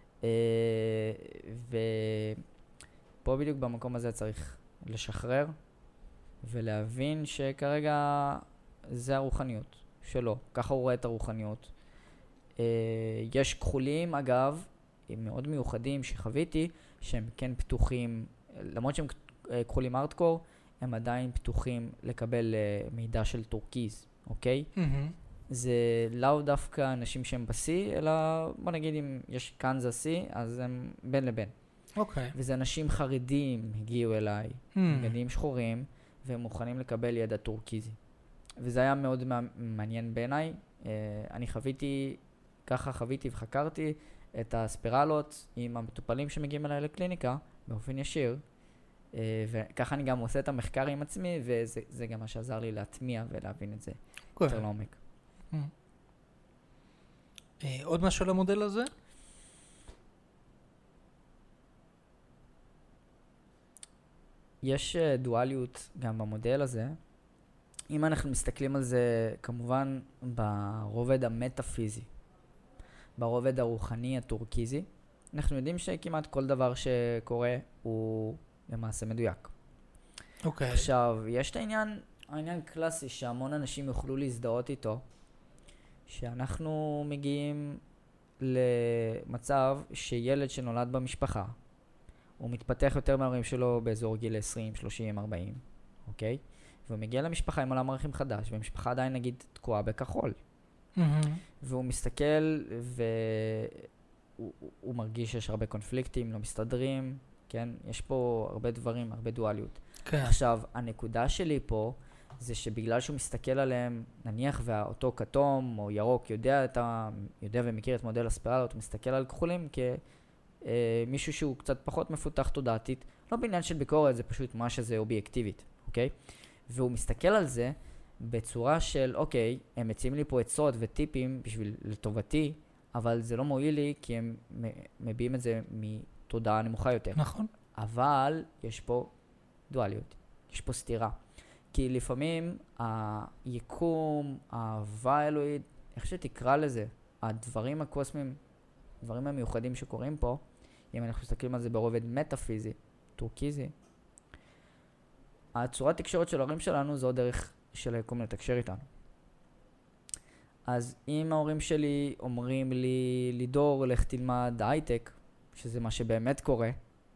Speaker 2: ופה בדיוק במקום הזה צריך לשחרר, ולהבין שכרגע זה הרוחניות שלו, ככה הוא רואה את הרוחניות. יש כחולים, אגב, מאוד מיוחדים שחוויתי, שהם כן פתוחים, למרות שהם כחולים ארטקור, הם עדיין פתוחים לקבל מידע של טורקיז, אוקיי? זה לאו דווקא אנשים שהם בסי, אלא בוא נגיד אם יש קנזס סי, אז הם בין לבין.
Speaker 1: אוקיי.
Speaker 2: וזה אנשים חרדים הגיעו אליי, בגדים שחורים, והם מוכנים לקבל ידע טורקיזי. וזה היה מאוד מעניין בעיניי. אני ככה חוויתי וחקרתי את הספירלות עם המטופלים שמגיעים אליי לקליניקה, באופן ישיר, וככה אני גם עושה את המחקר עם עצמי, וזה גם מה שעזר לי להטמיע ולהבין את זה יותר לעומק.
Speaker 1: עוד משהו למודל הזה?
Speaker 2: יש דואליות גם במודל הזה. אם אנחנו מסתכלים על זה, כמובן, ברובד המטאפיזי, ברובד הרוחני הטורקיזי, אנחנו יודעים שכמעט כל דבר שקורה הוא למעשה מדויק.
Speaker 1: אוקיי.
Speaker 2: עכשיו, יש את העניין קלאסי שהמון אנשים יוכלו להזדהות איתו, שאנחנו מגיעים למצב שילד שנולד במשפחה, הוא מתפתח יותר מההורים שלו באזור גיל 20, 30, 40, אוקיי? והוא מגיע למשפחה עם עולם ערכים חדש, והמשפחה עדיין נגיד תקועה בכחול. והוא מסתכל והוא מרגיש שיש הרבה קונפליקטים, לא מסתדרים, כן? יש פה הרבה דברים, הרבה דואליות.
Speaker 1: כן.
Speaker 2: עכשיו, הנקודה שלי פה זה שבגלל שהוא מסתכל עליהם, נניח ואותו כתום או ירוק יודע ומכיר את מודל הספירלות, הוא מסתכל על כחולים כמישהו שהוא קצת פחות מפותח תודעתית, לא בעניין של ביקורת, זה פשוט מה שזה אובייקטיבית, אוקיי? והוא מסתכל על זה בצורה של, אוקיי, הם מציעים לי פה עצות וטיפים בשביל לטובתי, אבל זה לא מועיל לי כי הם מביאים את זה מתודעה נמוכה יותר.
Speaker 1: נכון.
Speaker 2: אבל יש פה דואליות, יש פה סתירה. כי לפעמים היקום, האהבה האלוהית, איך שתקרא לזה, הדברים הקוסמיים, הדברים המיוחדים שקורים פה, אם אנחנו מסתכלים על זה ברובד מטאפיזי, טורקיזי, הצורת תקשורת של ההורים שלנו זו דרך של היקום לתקשר איתנו. אז אם ההורים שלי אומרים לי, לידור, לך תלמד הייטק, שזה מה שבאמת קורה,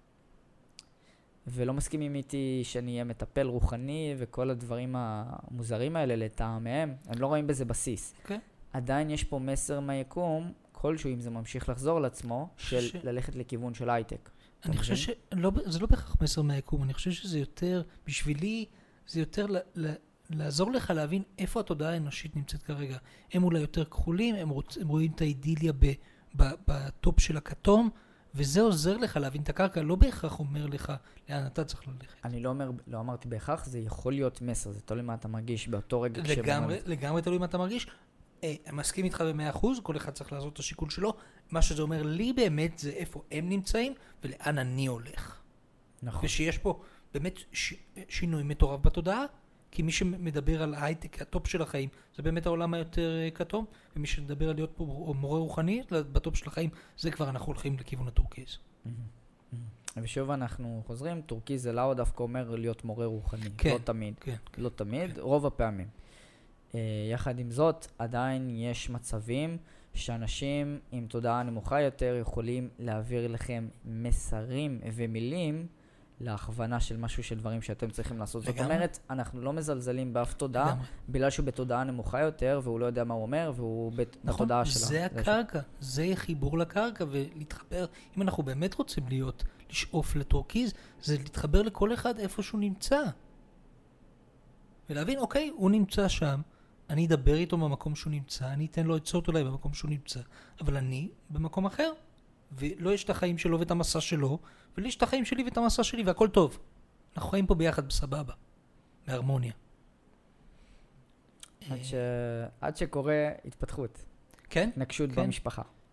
Speaker 2: ולא מסכימים איתי שאני אהיה מטפל רוחני וכל הדברים המוזרים האלה לטעמיהם, הם לא רואים בזה בסיס.
Speaker 1: Okay.
Speaker 2: עדיין יש פה מסר מהיקום, כלשהו אם זה ממשיך לחזור לעצמו, של ללכת לכיוון של הייטק.
Speaker 1: אני חושב שזה לא בהכרח מסר מהיקום, אני חושב שזה יותר, בשבילי, זה יותר לעזור לך להבין איפה התודעה האנושית נמצאת כרגע. הם אולי יותר כחולים, הם רואים את האידיליה בטופ של הכתום, וזה עוזר לך להבין את הקרקע, לא בהכרח אומר לך לאן אתה צריך ללכת.
Speaker 2: אני לא אמרתי בהכרח, זה יכול להיות מסר, זה תלוי מה אתה מרגיש באותו רגע.
Speaker 1: לגמרי תלוי מה אתה מרגיש. אני מסכים איתך ב100%, כל אחד צריך לעשות את השיקול שלו. מה שזה אומר לי באמת זה איפה הם נמצאים ולאן אני הולך.
Speaker 2: נכון.
Speaker 1: ושיש פה באמת שינוי מטורף בתודעה, כי מי שמדבר על הייטק, הטופ של החיים, זה באמת העולם היותר כתום, ומי שמדבר על להיות פה מורה רוחני, בטופ של החיים, זה כבר אנחנו הולכים לכיוון הטורקיז.
Speaker 2: ושוב אנחנו חוזרים, טורקיז זה לא דווקא אומר להיות מורה רוחני, לא תמיד, לא תמיד, רוב הפעמים. יחד עם זאת, עדיין יש מצבים שאנשים עם תודעה נמוכה יותר יכולים להעביר לכם מסרים ומילים להכוונה של משהו של דברים שאתם צריכים לעשות. זאת אומרת, אנחנו לא מזלזלים באף תודעה, בגלל שהוא בתודעה נמוכה יותר, והוא לא יודע מה הוא אומר, והוא בתודעה שלה.
Speaker 1: זה הקרקע, זה חיבור לקרקע, ולהתחבר, אם אנחנו באמת רוצים לשאוף לטורקיז, זה להתחבר לכל אחד איפה שהוא נמצא. ולהבין, אוקיי, הוא נמצא שם, אני אדבר איתו במקום שהוא נמצא, אני אתן לו עצות אולי במקום שהוא נמצא, אבל אני במקום אחר, ולא יש את החיים שלו ואת המסע שלו, ולי יש את החיים שלי ואת המסע שלי, והכל טוב. אנחנו חיים פה ביחד בסבבה, בהרמוניה.
Speaker 2: עד שקורה התפתחות,
Speaker 1: כן?
Speaker 2: נקשות
Speaker 1: כן.
Speaker 2: במשפחה.